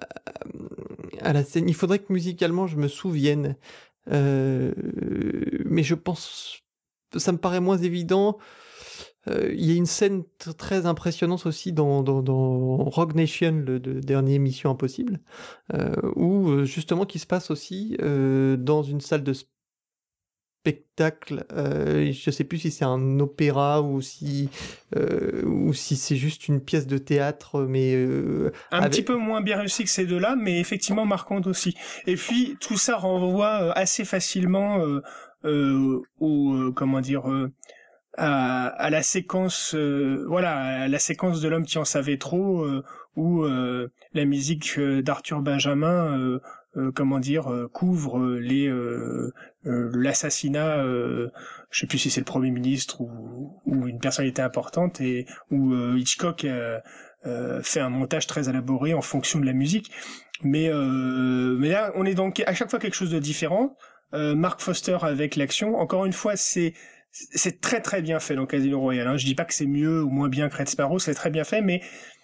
à la scène. Il faudrait que musicalement je me souvienne, euh, mais je pense, ça me paraît moins évident. Euh, Il y a une scène t- très impressionnante aussi dans, dans, dans Rogue Nation, le, le dernier Mission Impossible, euh, où euh, justement qui se passe aussi euh, dans une salle de spectacle. Euh, je sais plus si c'est un opéra ou si euh, ou si c'est juste une pièce de théâtre, mais euh, Un avec... petit peu moins bien réussi que ces deux-là, mais effectivement marquante aussi. Et puis tout ça renvoie euh, assez facilement euh, euh, au euh, comment dire euh, à, à la séquence euh, voilà à la séquence de l'homme qui en savait trop, euh, où euh, la musique euh, d'Arthur Benjamin euh, euh, comment dire euh, couvre les euh, euh, l'assassinat, euh, je sais plus si c'est le Premier ministre ou, ou une personnalité importante, et où euh, Hitchcock euh, euh, fait un montage très élaboré en fonction de la musique. Mais euh, mais là on est donc à chaque fois quelque chose de différent. euh, Mark Foster avec l'action, encore une fois, c'est c'est très très bien fait dans Casino Royale, hein. Je dis pas que c'est mieux ou moins bien que Red Sparrow, c'est très bien fait, mais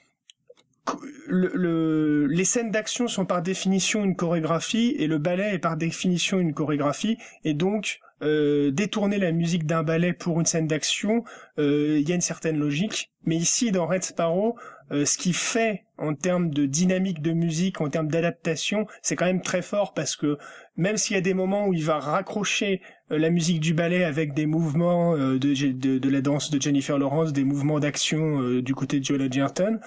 le, le, les scènes d'action sont par définition une chorégraphie, et le ballet est par définition une chorégraphie, et donc euh, détourner la musique d'un ballet pour une scène d'action, il euh, y a une certaine logique. Mais ici, dans Red Sparrow, euh, ce qui fait en termes de dynamique de musique, en termes d'adaptation, c'est quand même très fort, parce que même s'il y a des moments où il va raccrocher euh, la musique du ballet avec des mouvements euh, de, de, de la danse de Jennifer Lawrence, des mouvements d'action euh, du côté de Joel Edgerton,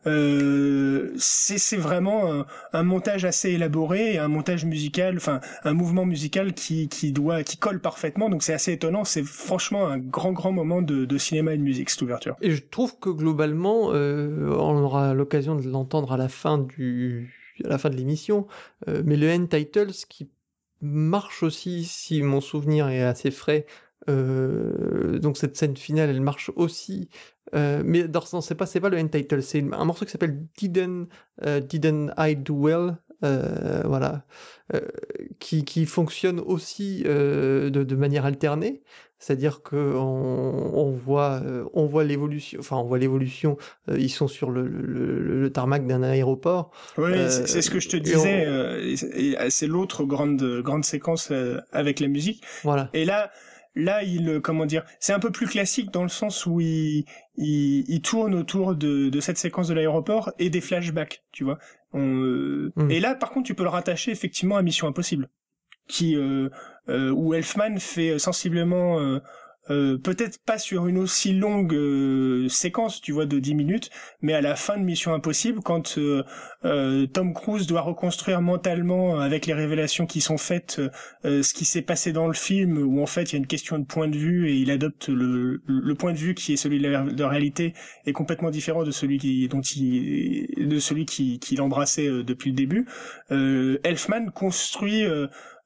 euh, c'est, c'est vraiment un, un montage assez élaboré, et un montage musical, enfin un mouvement musical qui, qui doit, qui colle parfaitement. Donc c'est assez étonnant. C'est franchement un grand grand moment de, de cinéma et de musique, cette ouverture. Et je trouve que globalement, euh, on aura l'occasion de l'entendre à la fin du, à la fin de l'émission, euh, mais le end titles qui marche aussi, si mon souvenir est assez frais. Euh, donc cette scène finale, elle marche aussi. Euh, mais dans, non, c'est pas, c'est pas le end title, c'est un morceau qui s'appelle Didn't, uh, Didn't I Do Well. Euh, voilà, euh, qui, qui fonctionne aussi euh, de, de manière alternée, c'est-à-dire que on, on voit, euh, on voit l'évolution, enfin on voit l'évolution. Euh, ils sont sur le, le, le tarmac d'un aéroport. Oui, euh, c'est, c'est ce que je te disais. on... Euh, et, et c'est l'autre grande grande séquence euh, avec la musique. Voilà. Et là. Là, il, comment dire, c'est un peu plus classique dans le sens où il, il, il tourne autour de, de cette séquence de l'aéroport et des flashbacks, tu vois. On, euh, mmh. Et là, par contre, tu peux le rattacher effectivement à Mission Impossible, qui, euh, euh, où Elfman fait sensiblement, euh, euh, peut-être pas sur une aussi longue euh, séquence, tu vois, de dix minutes, mais à la fin de Mission Impossible, quand euh, euh, Tom Cruise doit reconstruire mentalement, avec les révélations qui sont faites, euh, ce qui s'est passé dans le film, où en fait il y a une question de point de vue, et il adopte le, le point de vue qui est celui de la de réalité, est complètement différent de celui qui, dont il, de celui qui, qui l'embrassait depuis le début. Euh, Elfman construit euh,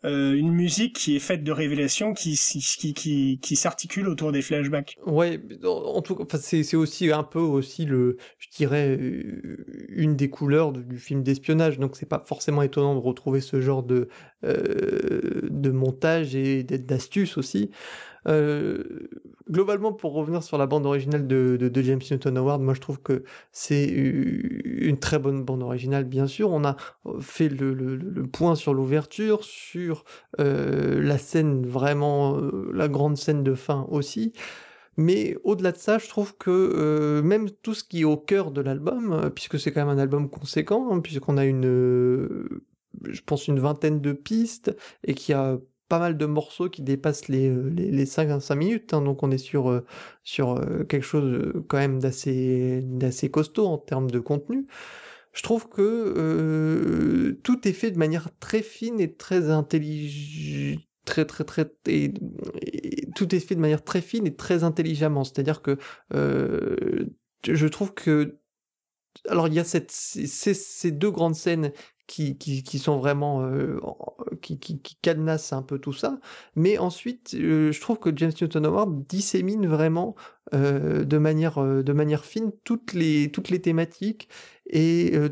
euh, une musique qui est faite de révélations qui qui qui, qui s'articule autour des flashbacks. Ouais, en, en tout cas, enfin, c'est c'est aussi un peu aussi le, je dirais, euh, une des couleurs du, du film d'espionnage. Donc c'est pas forcément étonnant de retrouver ce genre de euh, de montage et d'astuces aussi. Euh, globalement, pour revenir sur la bande originale de, de, de James Newton Howard, moi je trouve que c'est une très bonne bande originale, bien sûr. On a fait le, le, le point sur l'ouverture, sur euh, la scène, vraiment, euh, la grande scène de fin aussi. Mais au-delà de ça, je trouve que euh, même tout ce qui est au cœur de l'album, euh, puisque c'est quand même un album conséquent, hein, puisqu'on a une, euh, je pense, une vingtaine de pistes, et qu'il y a pas mal de morceaux qui dépassent les, les, les cinq, cinq minutes, hein, donc on est sur, euh, sur euh, quelque chose euh, quand même d'assez, d'assez costaud en termes de contenu. Je trouve que euh, tout est fait de manière très fine et très intelligente. Très, très, très, et, et tout est fait de manière très fine et très intelligemment. C'est-à-dire que euh, je trouve que, alors il y a cette, ces, ces deux grandes scènes qui, qui, qui sont vraiment, euh, qui, qui, qui cadenassent un peu tout ça, mais ensuite, euh, je trouve que James Newton Howard dissémine vraiment euh, de manière, euh, de manière fine toutes les, toutes les thématiques et euh,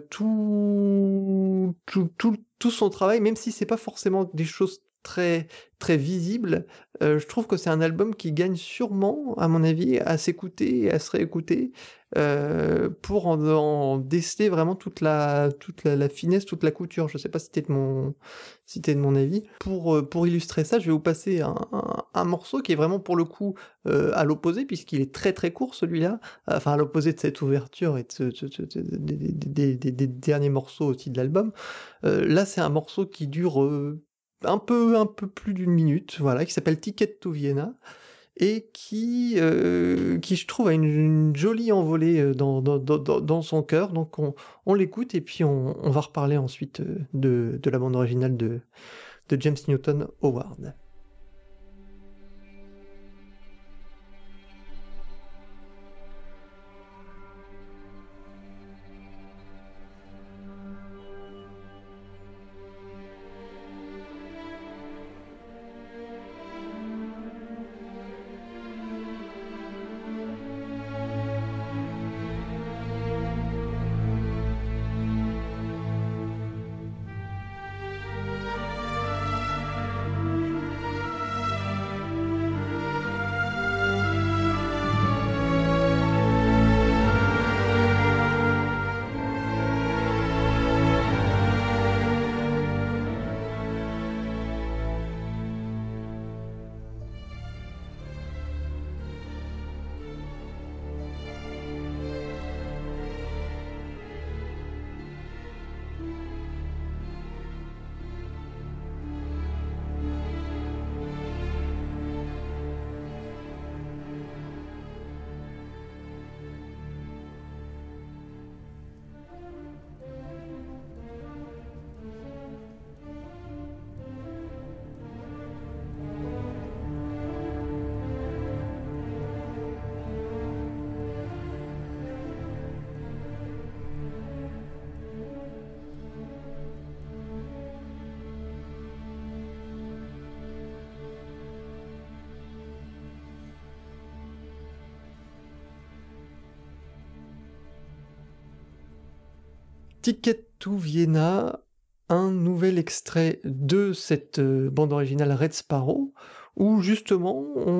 tout, tout, tout, tout son travail, même si c'est pas forcément des choses très très visibles, euh, je trouve que c'est un album qui gagne sûrement, à mon avis, à s'écouter et à se réécouter euh, pour en, en déceler vraiment toute la toute la, la finesse, toute la couture. Je sais pas si t'es de mon si t'es de mon avis. Pour euh, pour illustrer ça, je vais vous passer un, un, un morceau qui est vraiment pour le coup euh, à l'opposé, puisqu'il est très très court celui-là, enfin à l'opposé de cette ouverture et de ce, de, de, de, des, des, des, des derniers morceaux aussi de l'album. Euh, là, c'est un morceau qui dure euh, un peu un peu plus d'une minute, voilà, qui s'appelle Ticket to Vienna et qui euh, qui je trouve a une, une jolie envolée dans dans, dans, dans son cœur. Donc on, on l'écoute et puis on, on va reparler ensuite de, de la bande originale de de James Newton Howard. Ticket to Vienna, un nouvel extrait de cette euh, bande originale Red Sparrow, où justement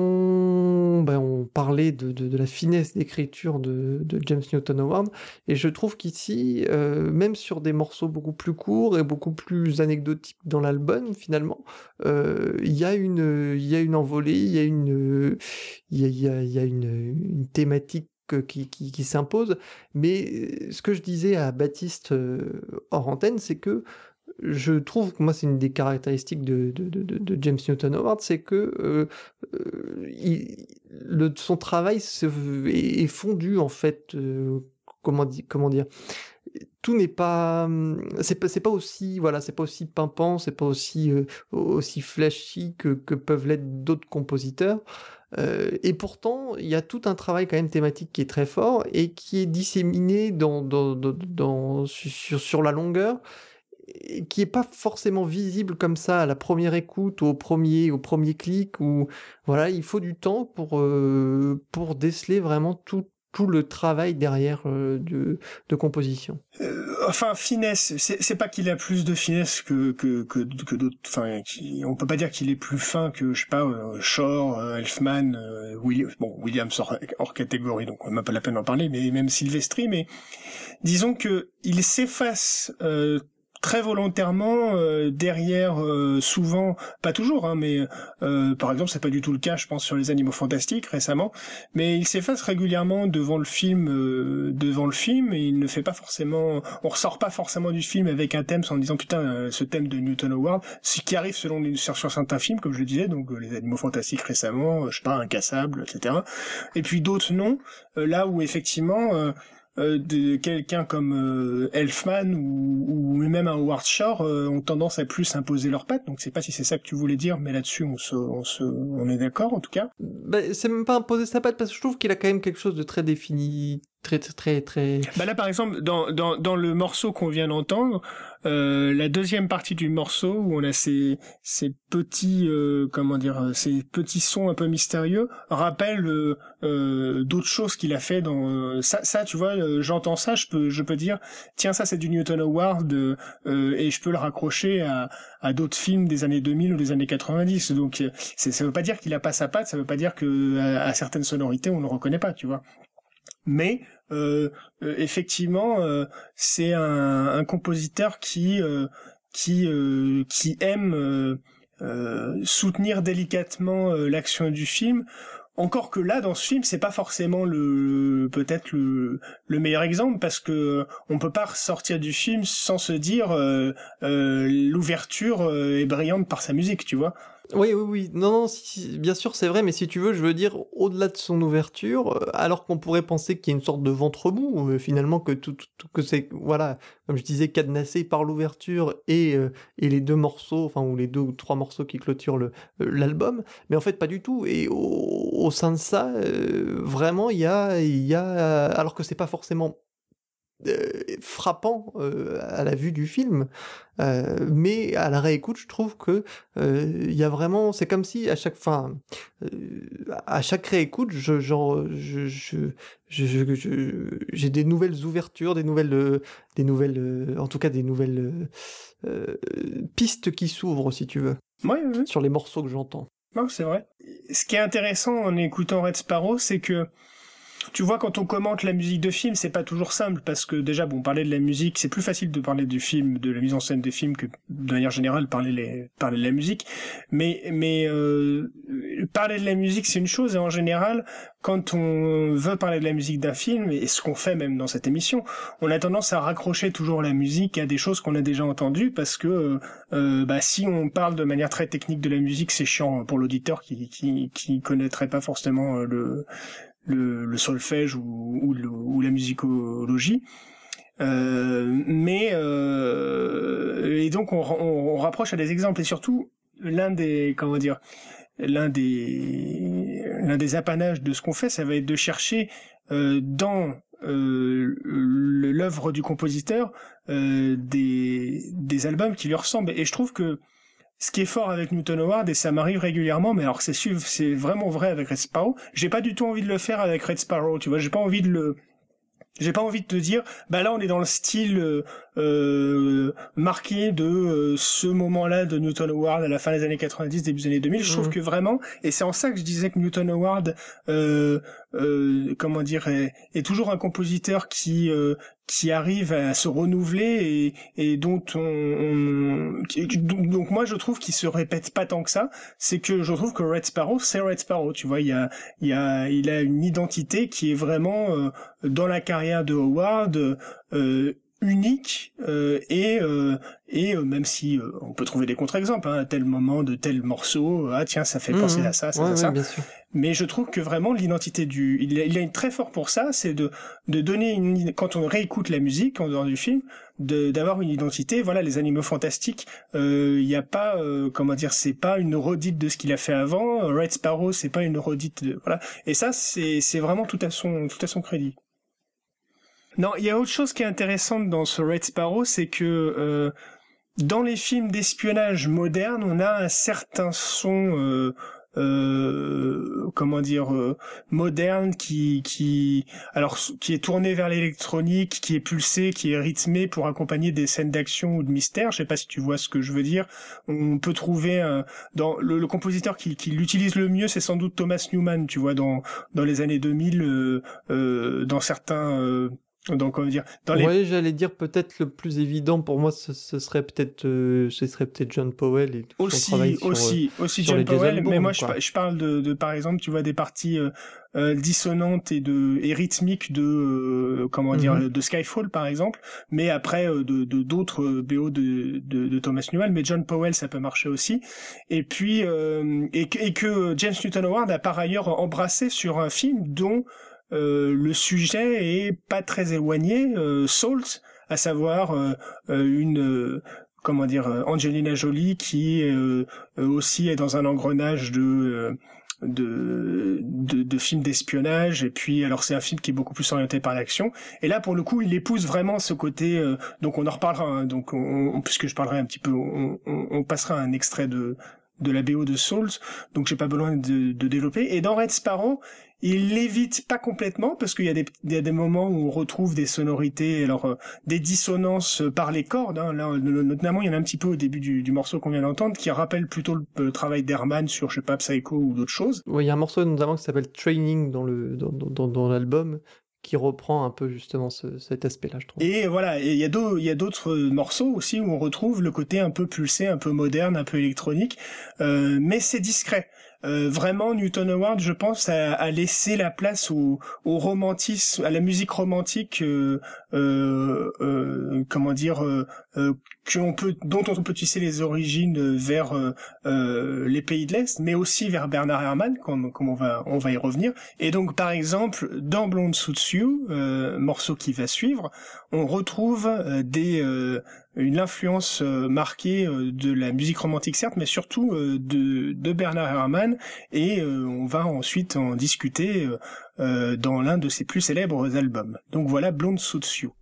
on, ben, on parlait de, de, de la finesse d'écriture de, de James Newton Howard, et je trouve qu'ici, euh, même sur des morceaux beaucoup plus courts et beaucoup plus anecdotiques dans l'album, finalement, euh, il y a une, il y a une envolée, il y a une, il y a, il y a, il y a une, une thématique qui, qui, qui s'impose, mais ce que je disais à Baptiste euh, hors antenne, c'est que je trouve que moi c'est une des caractéristiques de, de, de, de James Newton Howard, c'est que euh, euh, il, le, son travail se, est, est fondu en fait, euh, comment, di, comment dire, tout n'est pas, c'est pas, c'est pas aussi, voilà, c'est pas aussi pimpant, c'est pas aussi euh, aussi flashy que, que peuvent l'être d'autres compositeurs. Euh, et pourtant, il y a tout un travail quand même thématique qui est très fort et qui est disséminé dans, dans, dans, dans sur, sur la longueur. qui est pas forcément visible comme ça à la première écoute ou au premier au premier clic, ou voilà, il faut du temps pour euh, pour déceler vraiment tout tout le travail derrière euh, de, de composition. Euh, enfin, finesse, c'est, c'est pas qu'il a plus de finesse que que que, que d'autres. Enfin, qui, on peut pas dire qu'il est plus fin que je sais pas euh, Shore, euh, Elfman, euh, Williams. Bon, Williams hors, hors catégorie, donc on n'a pas la peine d'en parler. Mais même Silvestri, mais disons que il s'efface. Euh, très volontairement euh, derrière euh, souvent, pas toujours, hein, mais euh, par exemple c'est pas du tout le cas je pense sur les Animaux Fantastiques récemment, mais il s'efface régulièrement devant le film euh, devant le film et il ne fait pas forcément, on ressort pas forcément du film avec un thème sans disant putain euh, ce thème de Newton Howard, ce qui arrive selon les, sur, sur certains films comme je le disais, donc euh, les Animaux Fantastiques récemment, euh, je sais pas, Incassable, et cetera. Et puis d'autres non, euh, là où effectivement euh, Euh, de quelqu'un comme euh, Elfman ou, ou même un Howard Shore euh, ont tendance à plus imposer leurs pattes, donc je sais pas si c'est ça que tu voulais dire, mais là-dessus on se, on se, on est d'accord en tout cas. Bah, c'est même pas imposer sa patte parce que je trouve qu'il a quand même quelque chose de très défini, très très très très. Bah là par exemple dans dans dans le morceau qu'on vient d'entendre, euh, la deuxième partie du morceau où on a ces ces petits euh, comment dire ces petits sons un peu mystérieux rappellent euh, euh, d'autres choses qu'il a fait dans euh, ça ça tu vois euh, j'entends ça, je peux je peux dire tiens ça c'est du Newton Howard euh, euh, et je peux le raccrocher à à d'autres films des années deux mille ou des années quatre-vingt-dix, donc c'est ça veut pas dire qu'il a pas sa patte, ça veut pas dire que à, à certaines sonorités on le reconnaît pas, tu vois. Mais euh, euh, effectivement, euh, c'est un, un compositeur qui euh, qui euh, qui aime euh, euh, soutenir délicatement euh, l'action du film. Encore que là, dans ce film, c'est pas forcément le peut-être le, le meilleur exemple parce que on peut pas ressortir du film sans se dire euh, euh, l'ouverture euh, est brillante par sa musique, tu vois. Oui, oui, oui. Non, non, si, si, bien sûr, c'est vrai, mais si tu veux, je veux dire, au-delà de son ouverture, euh, alors qu'on pourrait penser qu'il y a une sorte de ventre mou, euh, finalement, que tout, tout- tout- que c'est, voilà, comme je disais, cadenassé par l'ouverture et, euh, et les deux morceaux, enfin, ou les deux ou trois morceaux qui clôturent le, euh, l'album, mais en fait, pas du tout. Et au, au sein de ça, euh, vraiment, il y a, il y a, alors que c'est pas forcément euh, frappant euh, à la vue du film, euh, mais à la réécoute, je trouve que euh, il y a vraiment, c'est comme si à chaque fin, euh, à chaque réécoute, je, genre, je, je, je, je- je- j'ai des nouvelles ouvertures, des nouvelles, euh, des nouvelles, euh, en tout cas des nouvelles euh, euh, pistes qui s'ouvrent, si tu veux, Ouais, ouais, ouais. sur les morceaux que j'entends. Non, c'est vrai. Ce qui est intéressant en écoutant Red Sparrow, c'est que tu vois, quand on commente la musique de film, c'est pas toujours simple parce que déjà, bon, parler de la musique, c'est plus facile de parler du film, de la mise en scène des films que de manière générale parler les, parler de la musique. Mais, mais euh, parler de la musique, c'est une chose et en général, quand on veut parler de la musique d'un film et ce qu'on fait même dans cette émission, on a tendance à raccrocher toujours la musique à des choses qu'on a déjà entendues parce que euh, bah, si on parle de manière très technique de la musique, c'est chiant pour l'auditeur qui qui qui connaîtrait pas forcément le le, le solfège ou, ou, le, ou la musicologie. Euh, mais euh, et donc on, on, on rapproche à des exemples et surtout l'un des comment dire l'un des l'un des apanages de ce qu'on fait, ça va être de chercher euh, dans euh, l'œuvre du compositeur euh, des des albums qui lui ressemblent. Et je trouve que ce qui est fort avec Newton Howard, et ça m'arrive régulièrement, mais alors c'est c'est vraiment vrai avec Red Sparrow, j'ai pas du tout envie de le faire avec Red Sparrow, tu vois, j'ai pas envie de le j'ai pas envie de te dire, bah là on est dans le style euh, euh, marqué de euh, ce moment-là de Newton Howard à la fin des années quatre-vingt-dix, début des années deux mille. Je trouve Mhm. que vraiment, et c'est en ça que je disais que Newton Howard, euh, euh, comment dire, est, est toujours un compositeur qui euh, qui arrive à se renouveler et, et dont on, on qui, donc, donc moi je trouve qu'il se répète pas tant que ça. C'est que je trouve que Red Sparrow, c'est Red Sparrow. Tu vois, il y a il y a il a une identité qui est vraiment euh, dans la carrière de Howard euh, unique euh, et euh, et euh, même si euh, on peut trouver des contre-exemples, hein, à tel moment de tel morceau, ah tiens ça fait Mhm. penser à ça, ça, Ouais, à ouais, ça. bien sûr. Mais je trouve que vraiment l'identité du, il a, il a une très fort pour ça, c'est de de donner une, quand on réécoute la musique en dehors du film, de d'avoir une identité. Voilà, les Animaux Fantastiques, il euh, y a pas, euh, comment dire, c'est pas une redite de ce qu'il a fait avant. Red Sparrow, c'est pas une redite de, voilà. Et ça, c'est c'est vraiment tout à son tout à son crédit. Non, il y a autre chose qui est intéressante dans ce Red Sparrow, c'est que euh, dans les films d'espionnage modernes, on a un certain son, euh, euh, comment dire, euh, moderne qui, qui, alors qui est tourné vers l'électronique, qui est pulsé, qui est rythmé pour accompagner des scènes d'action ou de mystère. Je sais pas si tu vois ce que je veux dire. On peut trouver un, dans le, le compositeur qui, qui l'utilise le mieux, c'est sans doute Thomas Newman. Tu vois, dans dans les années deux mille, euh, euh, dans certains euh, donc, comment dire, dans les... Ouais, j'allais dire peut-être le plus évident pour moi, ce, ce serait peut-être, euh, ce serait peut-être John Powell et tout aussi, son travail sur, aussi, euh, aussi sur John les Powell. Jason Mais Bourne, moi, je, quoi. je parle de, de, par exemple, tu vois, des parties euh, euh, dissonantes et de et rythmiques de, euh, comment Mhm. dire, de Skyfall, par exemple. Mais après, euh, de de d'autres euh, B O de, de de Thomas Newell. Mais John Powell, ça peut marcher aussi. Et puis, euh, et que et que James Newton Howard a par ailleurs embrassé sur un film dont Euh, le sujet est pas très éloigné, euh, Salt, à savoir euh, euh, une euh, comment dire euh, Angelina Jolie qui euh, euh, aussi est dans un engrenage de euh, de, de de films d'espionnage, et puis alors c'est un film qui est beaucoup plus orienté par l'action, et là pour le coup il épouse vraiment ce côté, euh, donc on en reparlera, hein, donc on, on, puisque je parlerai un petit peu, on, on, on passera un extrait de de la B O de Souls, donc j'ai pas besoin de, de développer. Et dans Red Sparrow, il l'évite pas complètement, parce qu'il y a des, il y a des moments où on retrouve des sonorités, alors euh, des dissonances par les cordes, hein, là notamment il y en a un petit peu au début du, du morceau qu'on vient d'entendre, qui rappelle plutôt le, le travail d'Herman sur, je sais pas, Psycho ou d'autres choses. Ouais, il y a un morceau notamment qui s'appelle Training dans le dans, dans, dans l'album, qui reprend un peu justement ce, cet aspect-là, je trouve. Et voilà, et il y a d'autres, il y a d'autres morceaux aussi où on retrouve le côté un peu pulsé, un peu moderne, un peu électronique, euh, mais c'est discret. Euh, vraiment, Newton Howard, je pense, a, a laissé la place au, au romantisme, à la musique romantique, euh, euh, euh, comment dire, euh, euh, qu'on peut, dont on peut tisser les origines vers euh, euh, les pays de l'Est, mais aussi vers Bernard Herrmann, comme, comme on va, on va y revenir. Et donc, par exemple, dans Blonde Suits You, euh, morceau qui va suivre, on retrouve euh, des euh, une influence euh, marquée euh, de la musique romantique, certes, mais surtout euh, de, de Bernard Herrmann, et euh, on va ensuite en discuter euh, euh, dans l'un de ses plus célèbres albums. Donc voilà Blonde Suits You.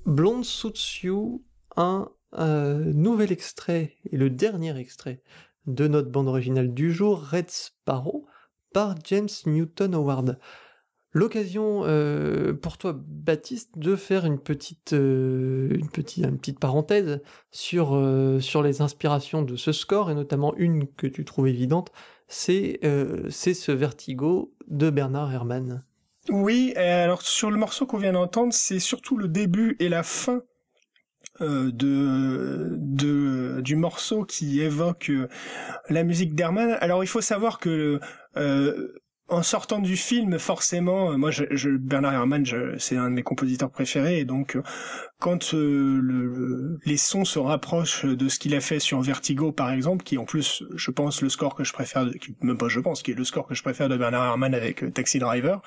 Blonde Suits You, un euh, nouvel extrait, et le dernier extrait de notre bande originale du jour, Red Sparrow, par James Newton Howard. L'occasion euh, pour toi, Baptiste, de faire une petite, euh, une petite, une petite parenthèse sur, euh, sur les inspirations de ce score, et notamment une que tu trouves évidente, c'est euh, c'est ce Vertigo de Bernard Herrmann. Oui, alors sur le morceau qu'on vient d'entendre, c'est surtout le début et la fin euh, de, de du morceau qui évoque euh, la musique d'Herrmann. Alors il faut savoir que euh, en sortant du film, forcément, moi, je, je, Bernard Herrmann, je, c'est un de mes compositeurs préférés, et donc euh, quand euh, le, les sons se rapprochent de ce qu'il a fait sur Vertigo, par exemple, qui en plus, je pense, le score que je préfère, de, qui, même pas je pense, qui est le score que je préfère de Bernard Herrmann avec euh, Taxi Driver,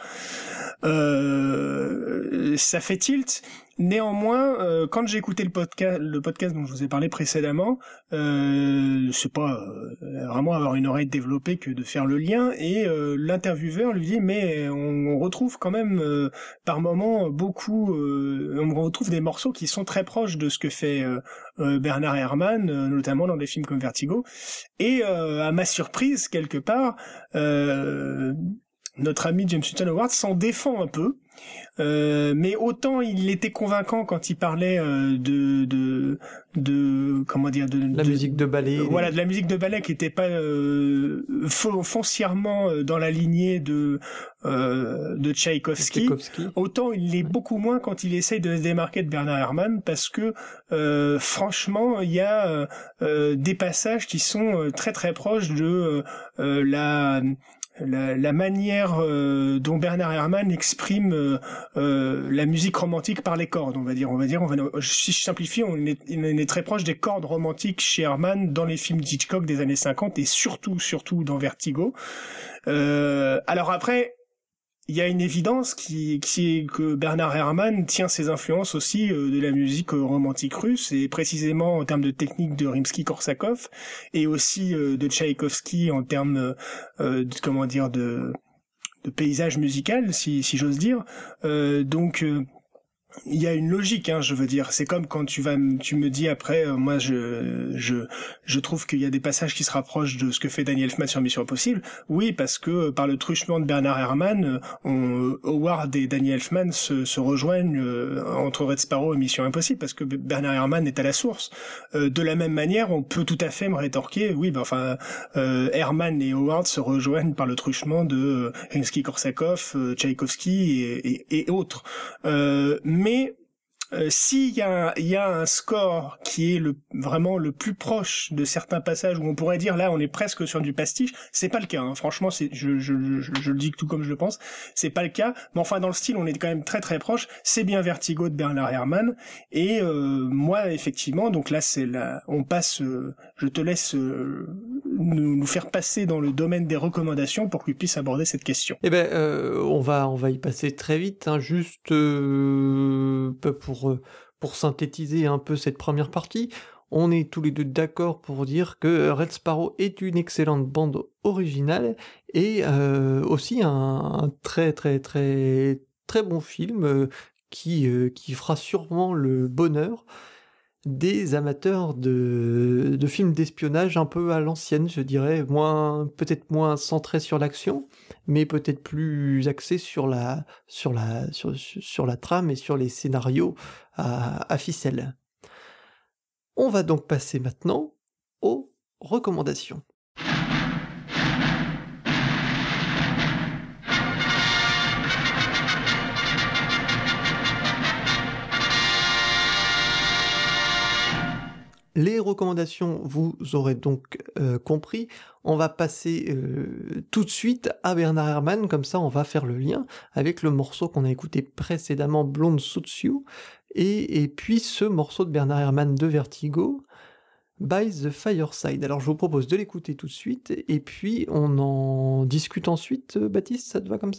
euh, ça fait tilt. Néanmoins, euh, quand j'ai écouté le podcast, le podcast dont je vous ai parlé précédemment, euh, c'est pas euh, vraiment avoir une oreille développée que de faire le lien, et euh, l'intervieweur lui dit mais on, on retrouve quand même euh, par moments beaucoup, euh, on retrouve des morceaux qui sont très proches de ce que fait euh, euh, Bernard Herrmann, euh, notamment dans des films comme Vertigo, et euh, à ma surprise quelque part, euh, notre ami James Newton Howard s'en défend un peu. Euh, mais autant il était convaincant quand il parlait euh, de de de comment dire de la de, musique de ballet, euh, voilà, de la musique de ballet qui était pas euh, foncièrement dans la lignée de euh, de Tchaïkovski. Tchaïkovski. Autant il l'est beaucoup moins quand il essaye de se démarquer de Bernard Herrmann, parce que euh, franchement il y a euh, des passages qui sont très très proches de euh, la La, la manière euh, dont Bernard Herrmann exprime euh, euh, la musique romantique par les cordes, on va dire, on va dire, on va, si je simplifie, on est, on est très proche des cordes romantiques chez Herrmann dans les films d'Hitchcock des années cinquante, et surtout, surtout dans Vertigo. Euh, alors après, il y a une évidence qui, qui est que Bernard Herrmann tient ses influences aussi euh, de la musique euh, romantique russe, et précisément en termes de technique de Rimsky-Korsakov, et aussi euh, de Tchaïkovski en termes euh, de, comment dire, de, de paysage musical, si, si j'ose dire. Euh, donc euh, il y a une logique, hein, je veux dire. C'est comme quand tu vas, tu me dis après, euh, moi je, je, je trouve qu'il y a des passages qui se rapprochent de ce que fait Danny Elfman sur Mission Impossible. Oui, parce que euh, par le truchement de Bernard Herrmann, euh, on, Howard et Danny Elfman se, se rejoignent euh, entre Red Sparrow et Mission Impossible, parce que Bernard Herrmann est à la source. Euh, de la même manière, on peut tout à fait me rétorquer, oui, ben enfin, euh, Herrmann et Howard se rejoignent par le truchement de euh, Rimsky-Korsakov, euh, Tchaïkovski et, et, et autres. Euh, mais euh, s'il y a, il y a un score qui est le, vraiment le plus proche de certains passages où on pourrait dire là on est presque sur du pastiche, c'est pas le cas, hein. Franchement, c'est, je, je, je, je le dis tout comme je le pense, c'est pas le cas, mais enfin dans le style on est quand même très très proche. C'est bien Vertigo de Bernard Herrmann, et euh, moi effectivement, donc là c'est là, on passe, euh, je te laisse euh, nous, nous faire passer dans le domaine des recommandations pour qu'il puisse aborder cette question. Eh ben, euh, on va on va y passer très vite, hein, juste euh, pour pour synthétiser un peu cette première partie. On est tous les deux d'accord pour dire que Red Sparrow est une excellente bande originale, et euh, aussi un, un très très très très bon film euh, qui euh, qui fera sûrement le bonheur des amateurs de, de films d'espionnage un peu à l'ancienne, je dirais, moins, peut-être moins centrés sur l'action, mais peut-être plus axés sur la, sur la, sur, sur la trame et sur les scénarios à, à ficelle. On va donc passer maintenant aux recommandations. Les recommandations, vous aurez donc euh, compris, on va passer euh, tout de suite à Bernard Herrmann, comme ça on va faire le lien avec le morceau qu'on a écouté précédemment, Blonde Suits You, et, et puis ce morceau de Bernard Herrmann de Vertigo, By the Fireside. Alors je vous propose de l'écouter tout de suite, et puis on en discute ensuite, Baptiste, ça te va comme ça ?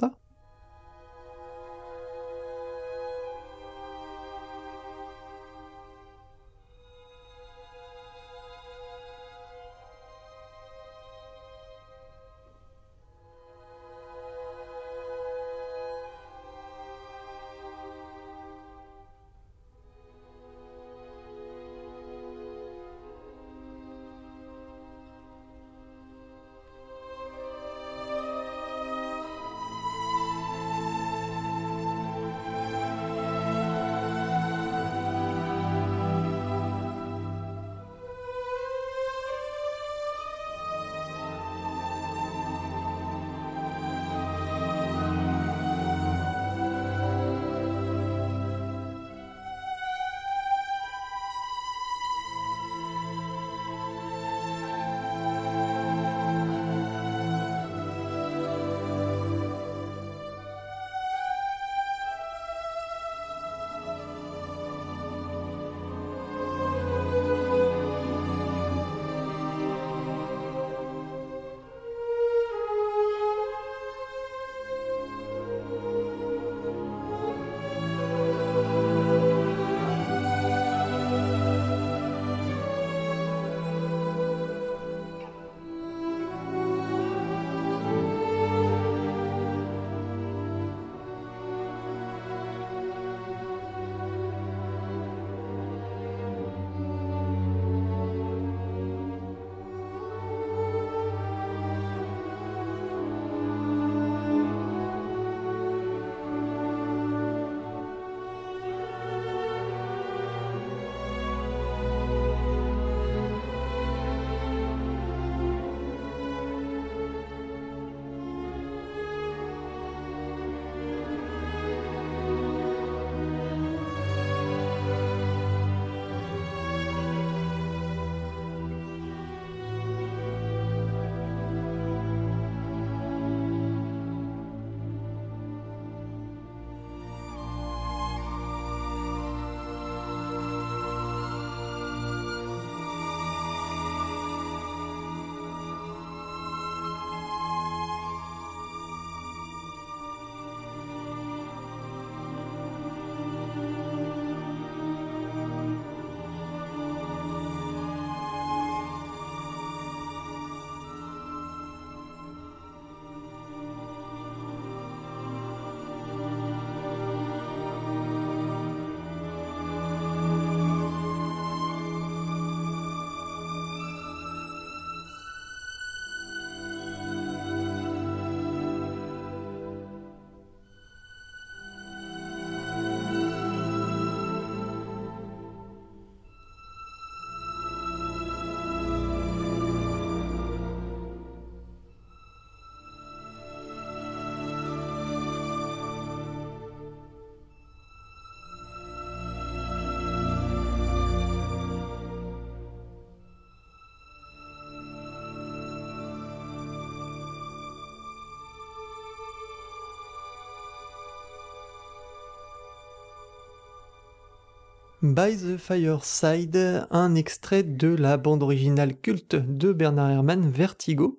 By the Fireside, un extrait de la bande originale culte de Bernard Herrmann, Vertigo.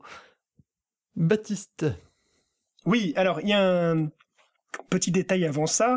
Baptiste. Oui, alors il y a un petit détail avant ça.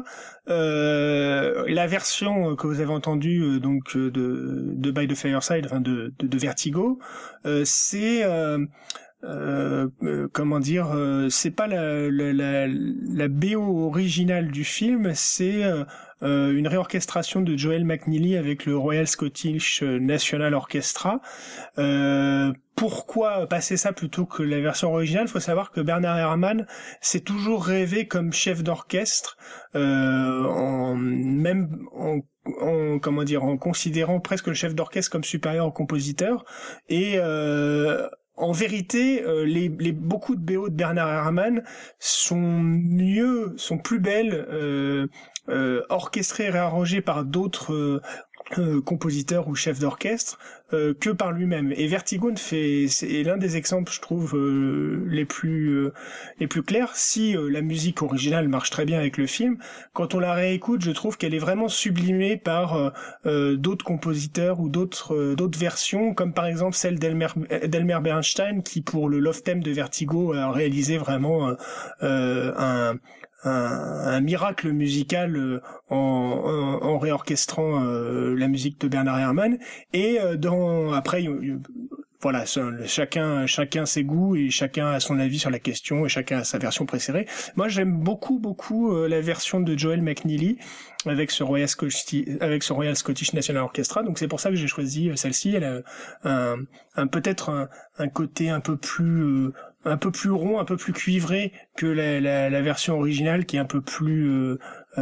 Euh, la version que vous avez entendue euh, donc de, de By the Fireside, enfin de, de, de Vertigo, euh, c'est euh, Euh, euh, comment dire, euh, c'est pas la, la, la, la B O originale du film, c'est euh, euh, une réorchestration de Joel McNeely avec le Royal Scottish National Orchestra. Euh, pourquoi passer ça plutôt que la version originale? Il faut savoir que Bernard Herrmann s'est toujours rêvé comme chef d'orchestre, euh, en, même en en comment dire en considérant presque le chef d'orchestre comme supérieur au compositeur. Et euh, en vérité, euh, les, les beaucoup de B O de Bernard Herrmann sont mieux, sont plus belles, euh, euh, orchestrées et réarrangées par d'autres euh, euh, compositeur ou chef d'orchestre euh, que par lui-même. Et Vertigo fait, c'est l'un des exemples, je trouve, euh, les plus euh, les plus clairs. Si euh, la musique originale marche très bien avec le film, quand on la réécoute, je trouve qu'elle est vraiment sublimée par euh, euh, d'autres compositeurs ou d'autres euh, d'autres versions, comme par exemple celle d'Elmer d'Elmer Bernstein, qui pour le Love Theme de Vertigo a réalisé vraiment euh, un Un, un miracle musical euh, en, en, en réorchestrant euh, la musique de Bernard Herrmann. Et euh, dans après euh, voilà, chacun chacun ses goûts et chacun a son avis sur la question et chacun a sa version préférée. Moi, j'aime beaucoup beaucoup euh, la version de Joel McNeely avec ce Royal Scottish avec ce Royal Scottish National Orchestra. Donc c'est pour ça que j'ai choisi celle-ci. Elle a un, un peut-être un, un côté un peu plus euh, un peu plus rond, un peu plus cuivré que la, la, la version originale, qui est un peu plus euh,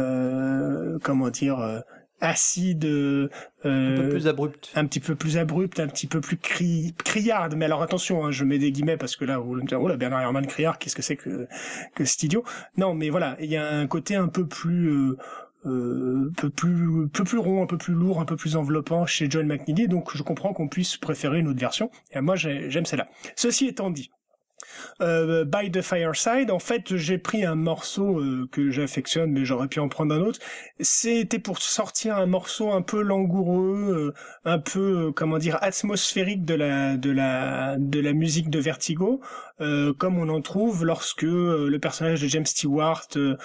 euh, comment dire euh, acide, euh, un peu plus abrupte, un petit peu plus abrupte, un petit peu plus cri, criarde. Mais alors attention, hein, je mets des guillemets parce que là, vous allez me dire, oh là, Bernard Herrmann criard, qu'est-ce que c'est que que cet idiot? Non, mais voilà, il y a un côté un peu plus euh, Euh, peu plus peu plus rond, un peu plus lourd, un peu plus enveloppant chez Joel McNeely, donc je comprends qu'on puisse préférer une autre version, et moi j'aime celle-là. Ceci étant dit, Euh, By the Fireside, en fait, j'ai pris un morceau euh, que j'affectionne, mais j'aurais pu en prendre un autre. C'était pour sortir un morceau un peu langoureux, euh, un peu euh, comment dire atmosphérique de la de la de la musique de Vertigo, euh, comme on en trouve lorsque euh, le personnage de James Stewart euh,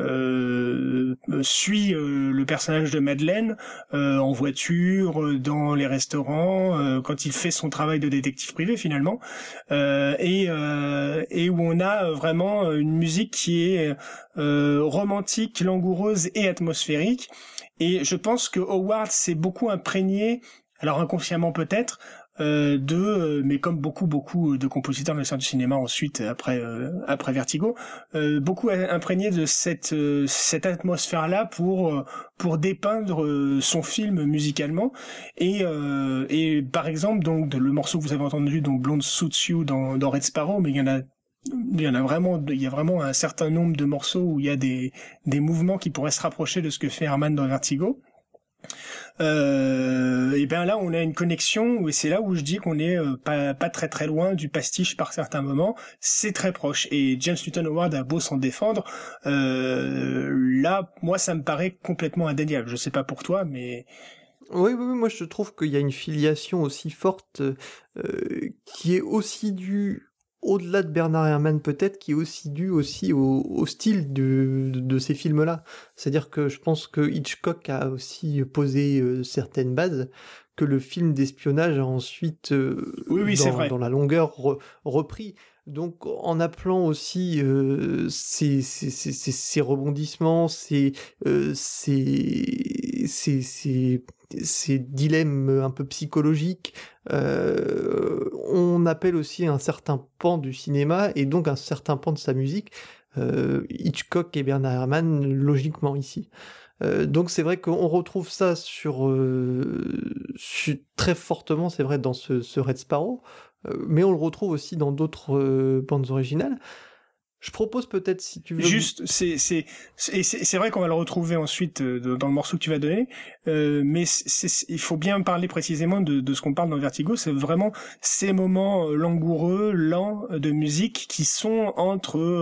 euh, suit euh, le personnage de Madeleine euh, en voiture, dans les restaurants, euh, quand il fait son travail de détective privé finalement, euh, et euh, et où on a vraiment une musique qui est euh, romantique, langoureuse et atmosphérique. Et je pense que Howard s'est beaucoup imprégné, alors inconsciemment peut-être, euh, de, euh, mais comme beaucoup beaucoup de compositeurs de l'histoire du cinéma ensuite après euh, après Vertigo, euh, beaucoup imprégné de cette euh, cette atmosphère-là pour euh, pour dépeindre euh, son film musicalement. Et euh, et par exemple donc de, le morceau que vous avez entendu, donc Blonde Suits You dans dans Red Sparrow, mais il y en a il y en a vraiment il y a vraiment un certain nombre de morceaux où il y a des des mouvements qui pourraient se rapprocher de ce que fait Herrmann dans Vertigo. Euh, et ben là on a une connexion, et c'est là où je dis qu'on est euh, pas pas très très loin du pastiche par certains moments. C'est très proche, et James Newton Howard a beau s'en défendre, euh, là moi ça me paraît complètement indéniable. Je sais pas pour toi, mais oui, oui, oui, moi je trouve qu'il y a une filiation aussi forte euh, qui est aussi due, au-delà de Bernard Herrmann peut-être, qui est aussi due aussi au, au style de, de, de ces films-là. C'est-à-dire que je pense que Hitchcock a aussi posé euh, certaines bases que le film d'espionnage a ensuite, euh, oui, oui, dans, c'est vrai. dans la longueur, re, repris. Donc en appelant aussi euh, ces, ces, ces, ces rebondissements, ces, euh, ces, ces, ces, ces dilemmes un peu psychologiques, euh, on appelle aussi un certain pan du cinéma et donc un certain pan de sa musique, euh, Hitchcock et Bernard Herrmann logiquement ici. Euh, donc c'est vrai qu'on retrouve ça sur, euh, sur très fortement, c'est vrai, dans ce, ce Red Sparrow, euh, mais on le retrouve aussi dans d'autres euh, bandes originales. Je propose peut-être, si tu veux... Juste, c'est c'est c'est c'est vrai qu'on va le retrouver ensuite euh, dans le morceau que tu vas donner, euh, mais c'est, c'est, il faut bien parler précisément de, de ce qu'on parle dans Vertigo. C'est vraiment ces moments langoureux, lents de musique qui sont entre euh,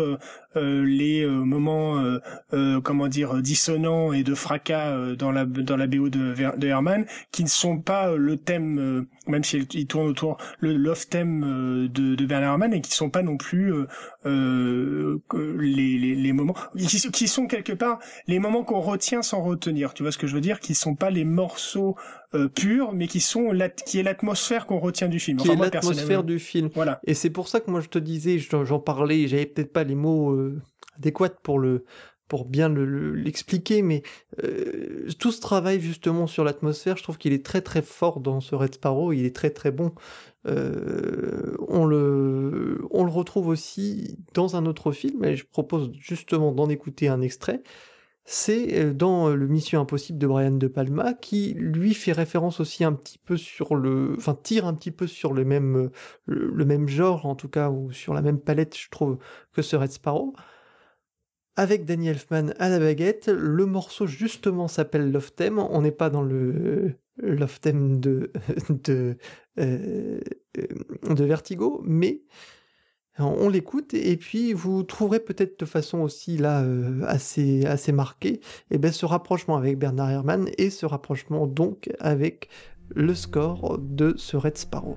euh, les euh, moments euh, euh, comment dire dissonants et de fracas euh, dans la dans la B O de, de Herrmann, qui ne sont pas euh, le thème, euh, même s'il il tourne autour le love thème euh, de, de Bernard Herrmann, et qui sont pas non plus euh, euh, les, les les moments qui, qui sont quelque part les moments qu'on retient sans retenir. Tu vois ce que je veux dire? Qui sont pas les morceaux Euh, pur, mais qui sont la, qui est l'atmosphère qu'on retient du film. Qui enfin, est moi, l'atmosphère du film. Voilà. Et c'est pour ça que moi je te disais, j'en, j'en parlais, j'avais peut-être pas les mots euh, adéquats pour le pour bien le, le, l'expliquer, mais euh, tout ce travail justement sur l'atmosphère, je trouve qu'il est très très fort dans ce Red Sparrow, il est très très bon. Euh, on le on le retrouve aussi dans un autre film, et je propose justement d'en écouter un extrait. C'est dans le Mission Impossible de Brian De Palma, qui lui fait référence aussi un petit peu sur le, enfin tire un petit peu sur le même le, le même genre en tout cas, ou sur la même palette, je trouve, que ce Red Sparrow, avec Danny Elfman à la baguette. Le morceau justement s'appelle Love Theme. On n'est pas dans le Love Theme de de euh, de Vertigo, mais on l'écoute, et puis vous trouverez peut-être de façon aussi là euh, assez assez marquée, et ben ce rapprochement avec Bernard Herrmann, et ce rapprochement donc avec le score de ce Red Sparrow.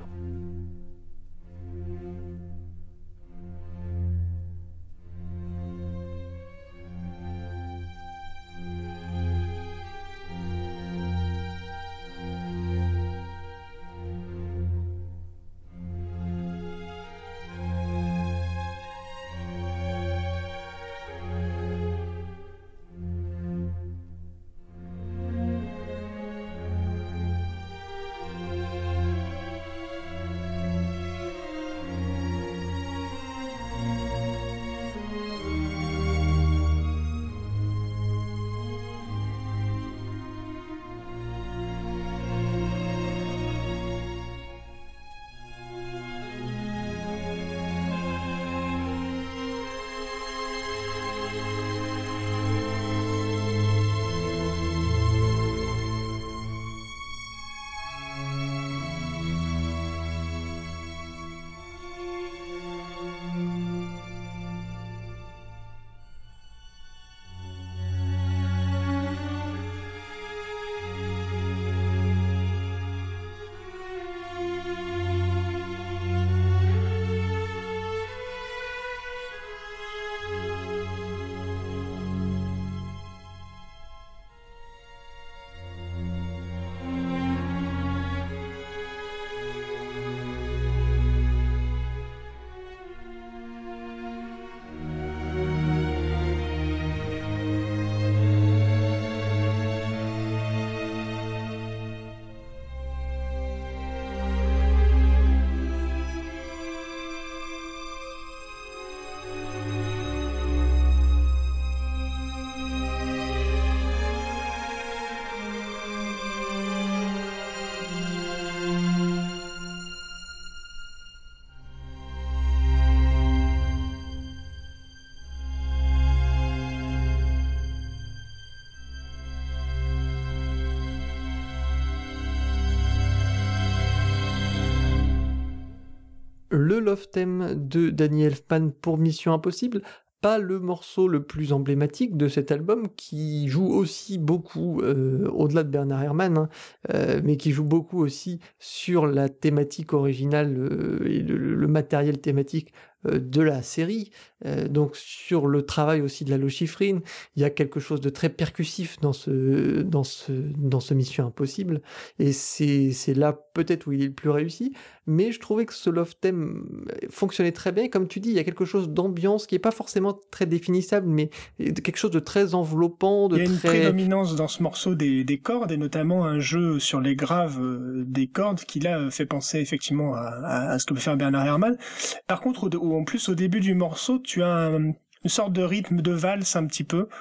Le Love Theme de Danny Elfman pour Mission Impossible, pas le morceau le plus emblématique de cet album, qui joue aussi beaucoup, euh, au-delà de Bernard Herrmann, hein, euh, mais qui joue beaucoup aussi sur la thématique originale euh, et le, le matériel thématique euh, de la série, euh, donc sur le travail aussi de la lochifrine. Il y a quelque chose de très percussif dans ce, dans ce, dans ce Mission Impossible, et c'est, c'est là peut-être où il est le plus réussi, mais je trouvais que ce Love Theme fonctionnait très bien. Comme tu dis, il y a quelque chose d'ambiance qui est pas forcément très définissable, mais quelque chose de très enveloppant, de il y a une très... prédominance dans ce morceau des, des cordes, et notamment un jeu sur les graves euh, des cordes qui là fait penser effectivement à, à, à ce que peut faire Bernard Herrmann. Par contre, au, en plus au début du morceau, tu as un, une sorte de rythme de valse un petit peu,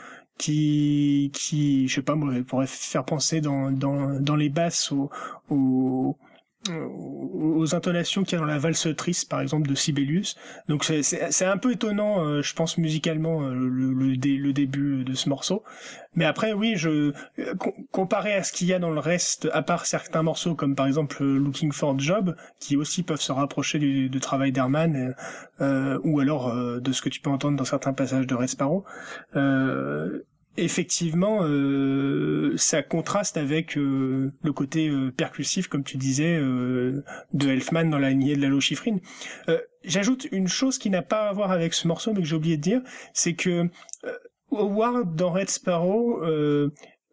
qui, qui, je sais pas moi, pourrait faire penser dans, dans, dans les basses au, au aux intonations qu'il y a dans la valse triste, par exemple, de Sibelius. Donc c'est, c'est, c'est un peu étonnant, euh, je pense, musicalement, euh, le, le, dé, le début de ce morceau. Mais après, oui, je com- comparé à ce qu'il y a dans le reste, à part certains morceaux, comme par exemple Looking for a Job, qui aussi peuvent se rapprocher du, du travail d'Herman, euh, ou alors euh, de ce que tu peux entendre dans certains passages de Red Sparrow, euh, effectivement, euh, ça contraste avec euh, le côté euh, percussif, comme tu disais, euh, de Elfman dans la lignée de la Lochifrine. Euh, j'ajoute une chose qui n'a pas à voir avec ce morceau, mais que j'ai oublié de dire, c'est que euh, Howard, dans Red Sparrow, euh,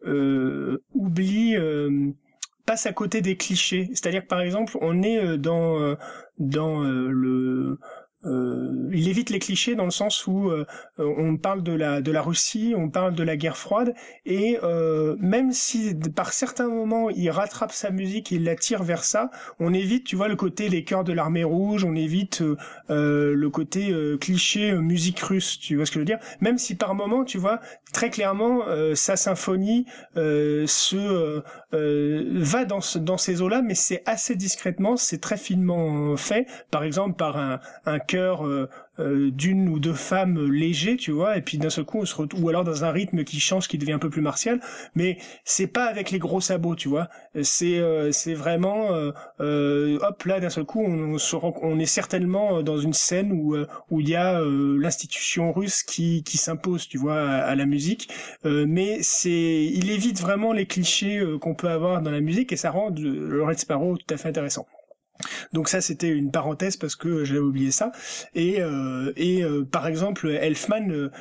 euh, oublie... Euh, passe à côté des clichés. C'est-à-dire que, par exemple, on est euh, dans, euh, dans euh, le... Euh, il évite les clichés dans le sens où euh, on parle de la de la Russie, on parle de la guerre froide, et euh, même si par certains moments il rattrape sa musique et il la tire vers ça, on évite, tu vois, le côté les chœurs de l'armée rouge, on évite euh, euh, le côté euh, cliché euh, musique russe, tu vois ce que je veux dire. Même si par moment, tu vois, très clairement, euh, sa symphonie euh, se euh, euh, va dans ce, dans ces eaux-là, mais c'est assez discrètement, c'est très finement fait. Par exemple, par un un chœur euh, euh, d'une ou deux femmes légers, tu vois, et puis d'un seul coup on se retrouve, ou alors dans un rythme qui change, qui devient un peu plus martial, mais c'est pas avec les gros sabots, tu vois, c'est euh, c'est vraiment euh, euh, hop là d'un seul coup on, on se rend, on est certainement dans une scène où euh, où il y a euh, l'institution russe qui qui s'impose, tu vois, à, à la musique, euh, mais c'est il évite vraiment les clichés euh, qu'on peut avoir dans la musique, et ça rend le Red Sparrow tout à fait intéressant. Donc ça, c'était une parenthèse parce que j'avais oublié ça. Et euh, et euh, par exemple, Elfman euh,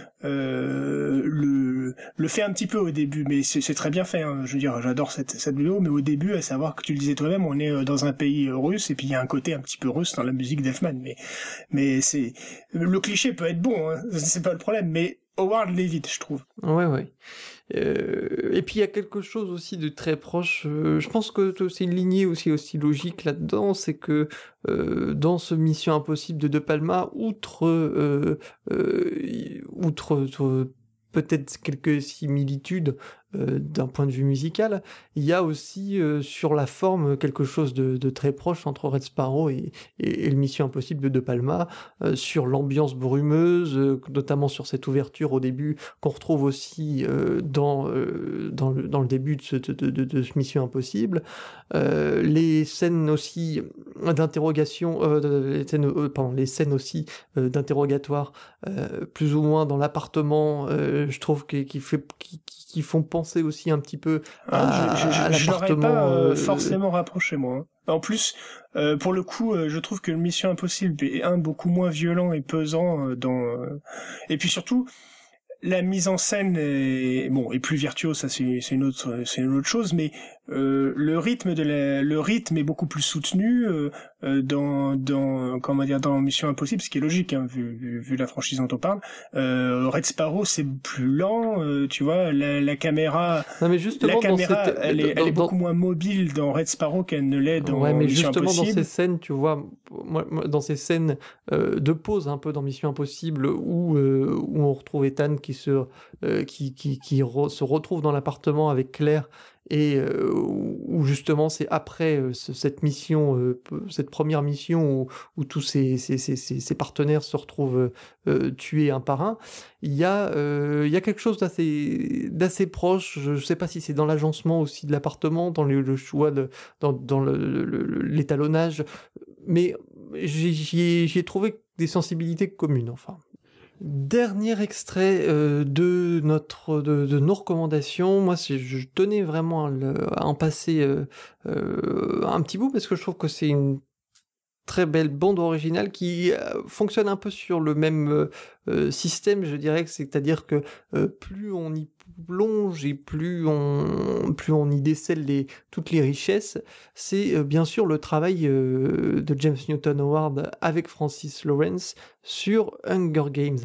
euh, le le fait un petit peu au début, mais c'est, c'est très bien fait. Hein. Je veux dire, j'adore cette cette vidéo, mais au début, à savoir que tu le disais toi-même, on est dans un pays russe et puis il y a un côté un petit peu russe dans la musique d'Elfman. Mais mais c'est le cliché peut être bon, hein, c'est pas le problème. Mais Howard l'évite, je trouve. Ouais, ouais. Euh, et puis il y a quelque chose aussi de très proche. Euh, je pense que c'est une lignée aussi aussi logique là-dedans, c'est que euh, dans ce Mission Impossible de De Palma, outre euh, euh, outre euh, peut-être quelques similitudes euh, d'un point de vue musical, il y a aussi euh, sur la forme quelque chose de, de très proche entre Red Sparrow et, et, et le Mission Impossible de De Palma, euh, sur l'ambiance brumeuse, euh, notamment sur cette ouverture au début qu'on retrouve aussi euh, dans, euh, dans, le, dans le début de ce, de, de, de ce Mission Impossible. Euh, les scènes aussi d'interrogation, euh, les, scènes, euh, pardon, les scènes aussi euh, d'interrogatoire, euh, plus ou moins dans l'appartement, euh, je trouve qu'ils qui fait, qui, qui font penser aussi un petit peu à, ah, je, je, à je l'aurais l'appartement. pas euh, euh... forcément rapproché, moi. Hein. En plus, euh, pour le coup, euh, je trouve que le Mission Impossible est un beaucoup moins violent et pesant euh, dans. Euh... Et puis surtout, la mise en scène est bon et plus virtuose, ça c'est, c'est une autre c'est une autre chose, mais euh, le rythme de la, le rythme est beaucoup plus soutenu euh, euh, dans dans comment dire dans Mission Impossible, ce qui est logique hein, vu, vu vu la franchise dont on parle. Euh, Red Sparrow c'est plus lent, euh, tu vois, la, la caméra non, mais justement, la caméra cette... elle est dans, elle est dans... beaucoup moins mobile dans Red Sparrow qu'elle ne l'est dans ouais, mais Mission justement Impossible. dans ces scènes, tu vois, moi, moi, dans ces scènes euh, de pause un peu dans Mission Impossible où euh, où on retrouve Ethan qui se euh, qui qui qui re, se retrouve dans l'appartement avec Claire, et euh, où justement c'est après euh, ce, cette mission, euh, cette première mission où, où tous ces, ces, ces, ces partenaires se retrouvent euh, tués un par un, il y a, euh, il y a quelque chose d'assez, d'assez proche. Je ne sais pas si c'est dans l'agencement aussi de l'appartement, dans le, le choix, de, dans, dans le, le, le, l'étalonnage, mais j'ai, j'y ai, j'y ai trouvé des sensibilités communes, enfin. Dernier extrait euh, de notre de, de nos recommandations. Moi, c'est, je tenais vraiment à, le, à en passer euh, euh, un petit bout parce que je trouve que c'est une très belle bande originale qui euh, fonctionne un peu sur le même euh, euh, système, je dirais, c'est-à-dire que euh, plus on y plonge et plus on plus on y décèle les, toutes les richesses, c'est euh, bien sûr le travail euh, de James Newton Howard avec Francis Lawrence sur Hunger Games.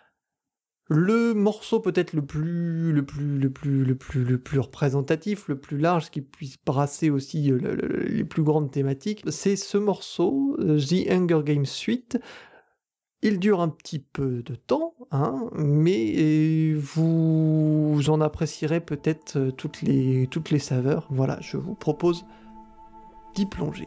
Le morceau peut-être le plus, le plus, le plus, le plus, le plus représentatif, le plus large, qui puisse brasser aussi le, le, les plus grandes thématiques, c'est ce morceau, The Hunger Games Suite. Il dure un petit peu de temps, hein, mais vous, vous en apprécierez peut-être toutes les, toutes les saveurs. Voilà, je vous propose d'y plonger.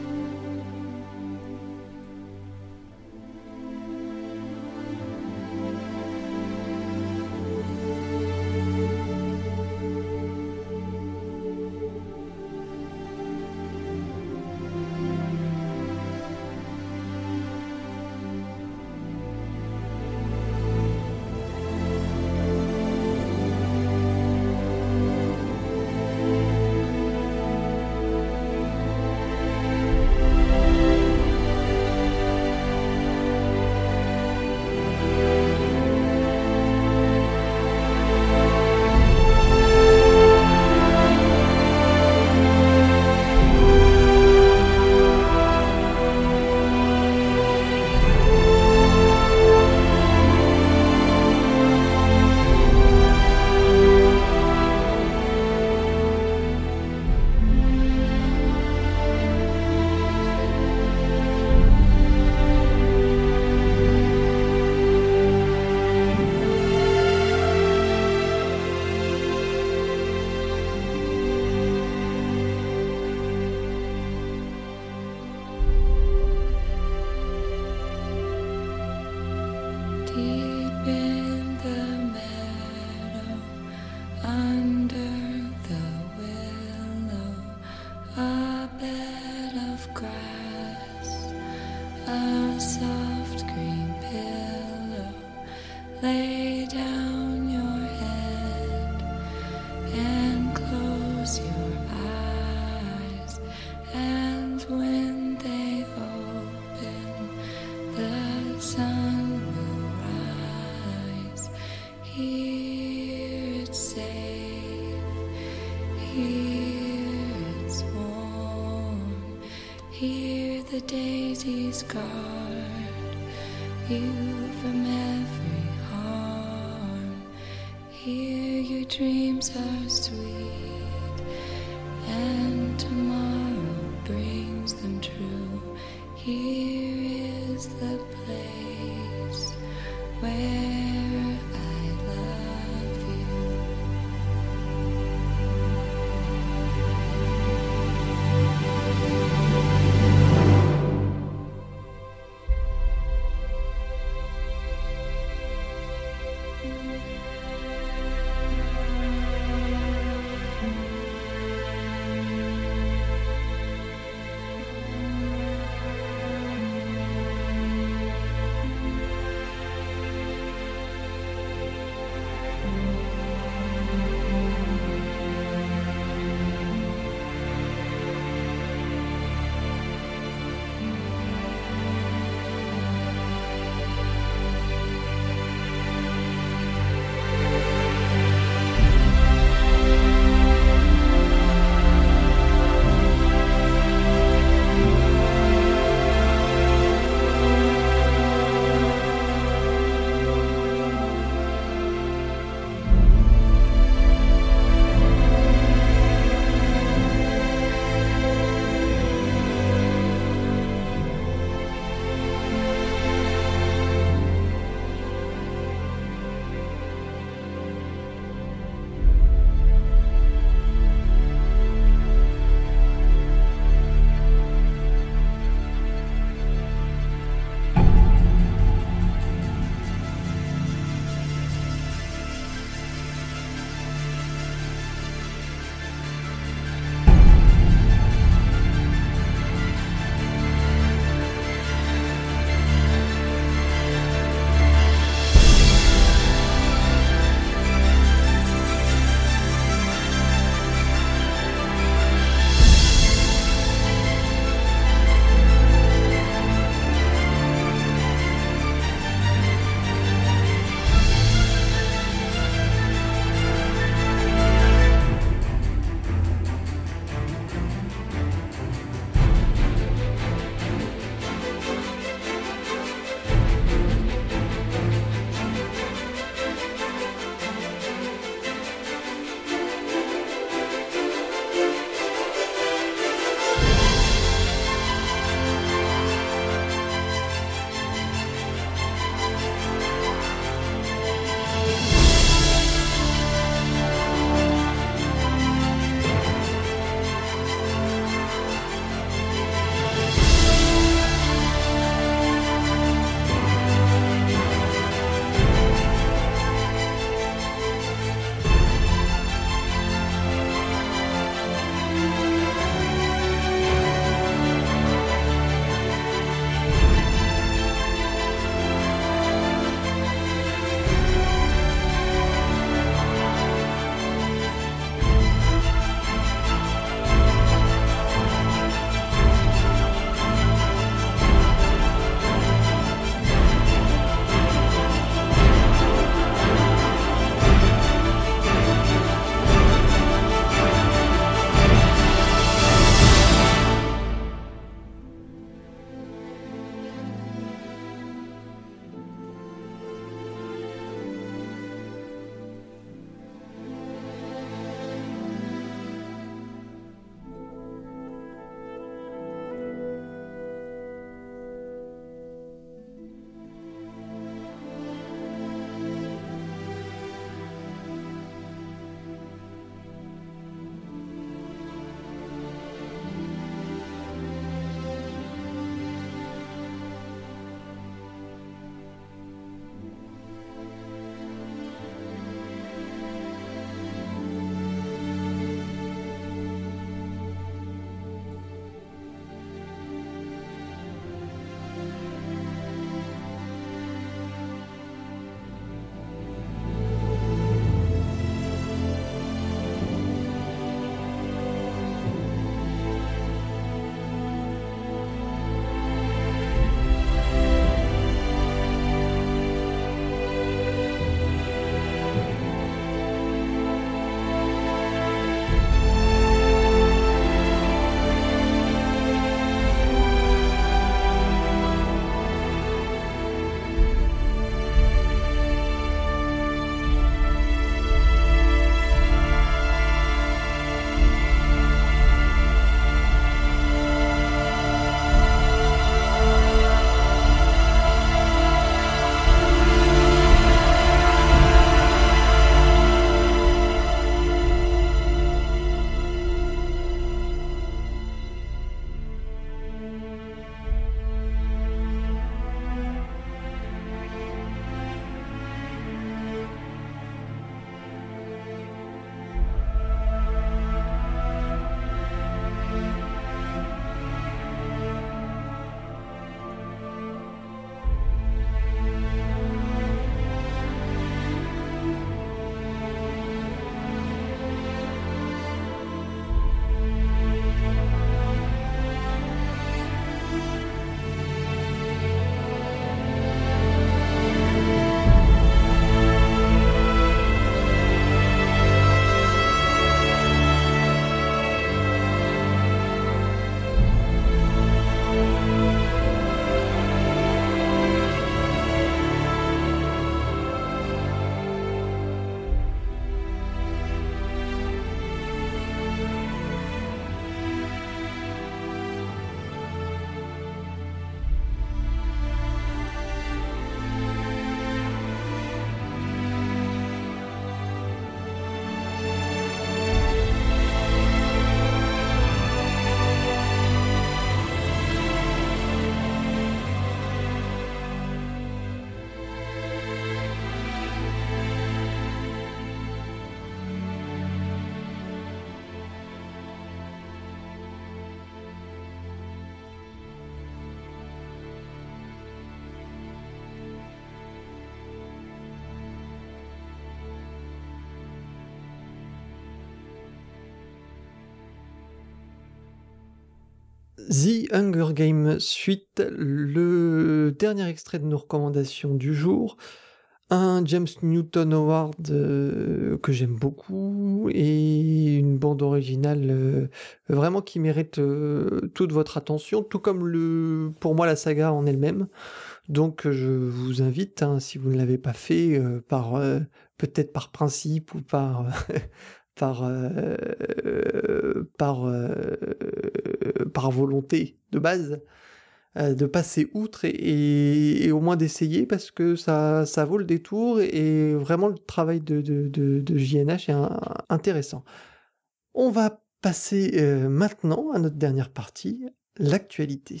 The Hunger Games suite, le dernier extrait de nos recommandations du jour. Un James Newton Howard euh, que j'aime beaucoup et une bande originale euh, vraiment qui mérite euh, toute votre attention, tout comme le, pour moi la saga en elle-même. Donc je vous invite, hein, si vous ne l'avez pas fait, euh, par euh, peut-être par principe ou par par euh, par euh, par volonté de base, euh, de passer outre et, et, et au moins d'essayer parce que ça, ça vaut le détour et vraiment le travail de, de, de, de J N H est un, intéressant. On va passer euh, maintenant à notre dernière partie, l'actualité.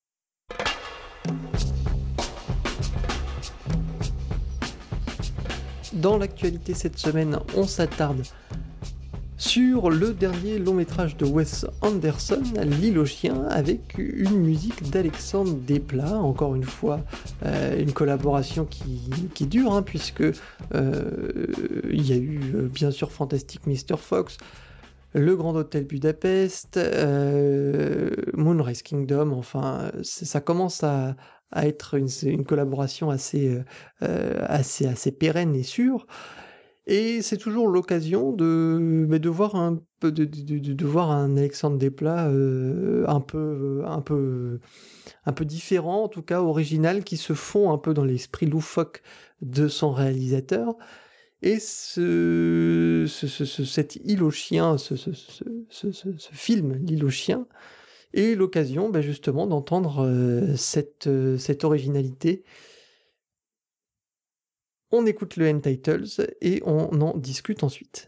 Dans l'actualité cette semaine, on s'attarde sur le dernier long métrage de Wes Anderson, L'Île aux chiens, avec une musique d'Alexandre Desplat, encore une fois euh, une collaboration qui, qui dure, hein, puisque euh, il y a eu euh, bien sûr Fantastic mister Fox, Le Grand Hôtel Budapest, euh, Moonrise Kingdom, enfin ça commence à, à être une, une collaboration assez, euh, assez, assez pérenne et sûre. Et c'est toujours l'occasion de, bah, de voir un peu de, de, de, de voir un Alexandre Desplat euh, un peu un peu un peu différent, en tout cas original, qui se fond un peu dans l'esprit loufoque de son réalisateur. Et ce, ce, ce, ce cette Île aux chiens, ce, ce, ce, ce, ce, ce film L'Île aux chiens, est l'occasion bah, justement d'entendre euh, cette euh, cette originalité. On écoute le end titles et on en discute ensuite.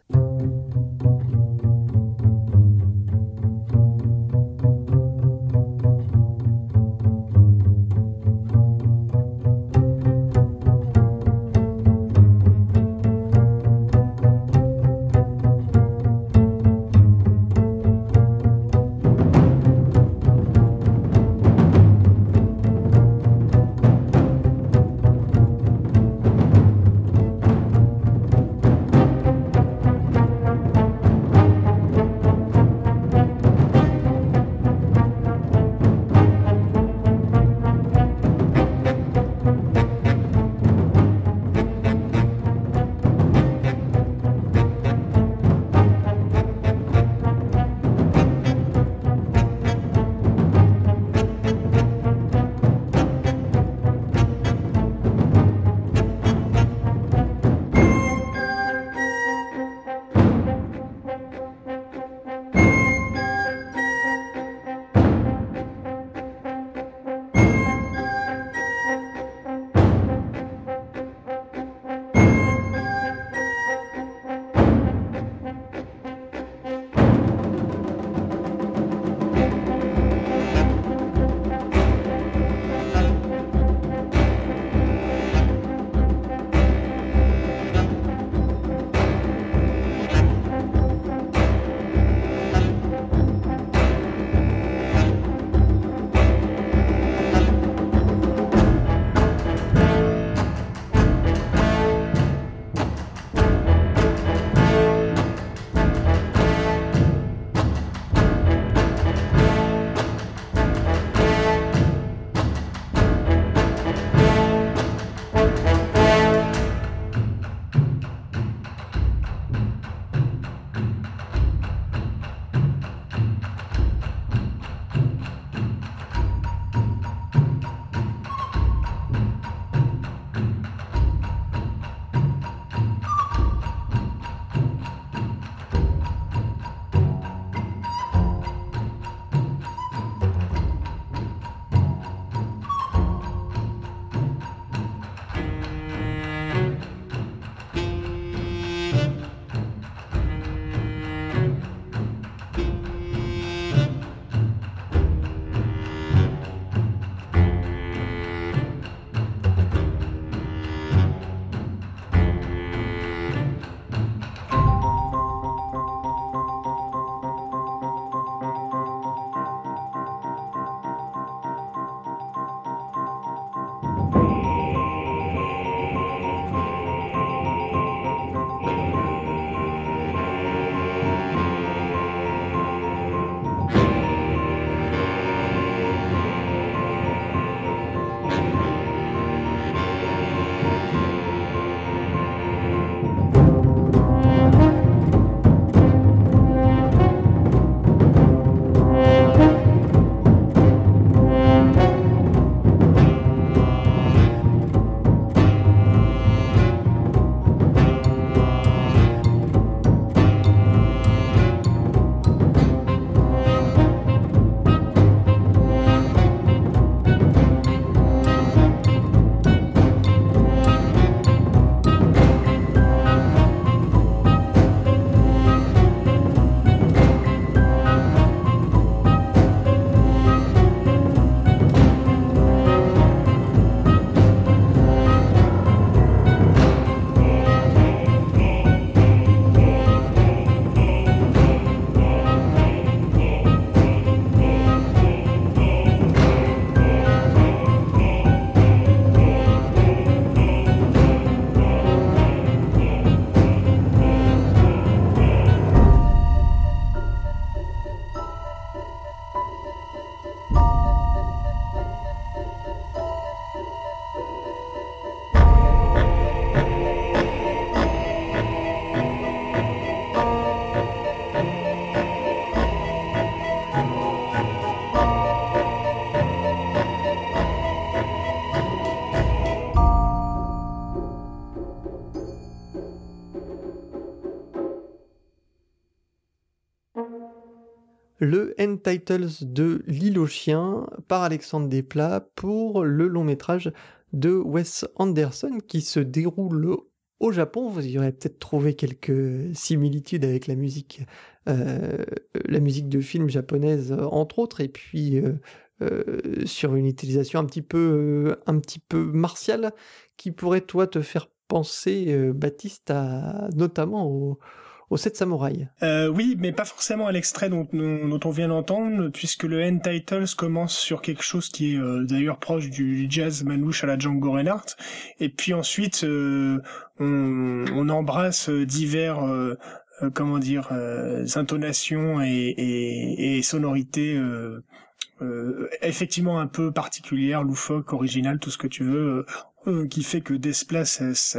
le End Titles de L'île aux chiens par Alexandre Desplat pour le long métrage de Wes Anderson qui se déroule au Japon. Vous y aurez peut-être trouvé quelques similitudes avec la musique, euh, la musique de films japonaise entre autres, et puis euh, euh, sur une utilisation un petit peu, euh, un petit peu martiale qui pourrait toi te faire penser, euh, Baptiste, à, notamment au Aux Sept Samouraïs. Euh, oui, mais pas forcément à l'extrait dont, dont, dont on vient d'entendre, puisque le End Titles commence sur quelque chose qui est euh, d'ailleurs proche du jazz manouche à la Django Reinhardt, et puis ensuite euh, on, on embrasse divers, euh, euh, comment dire, euh, intonations et, et, et sonorités euh, euh, effectivement un peu particulières, loufoques, originales, tout ce que tu veux, euh, qui fait que Desplat ça, ça,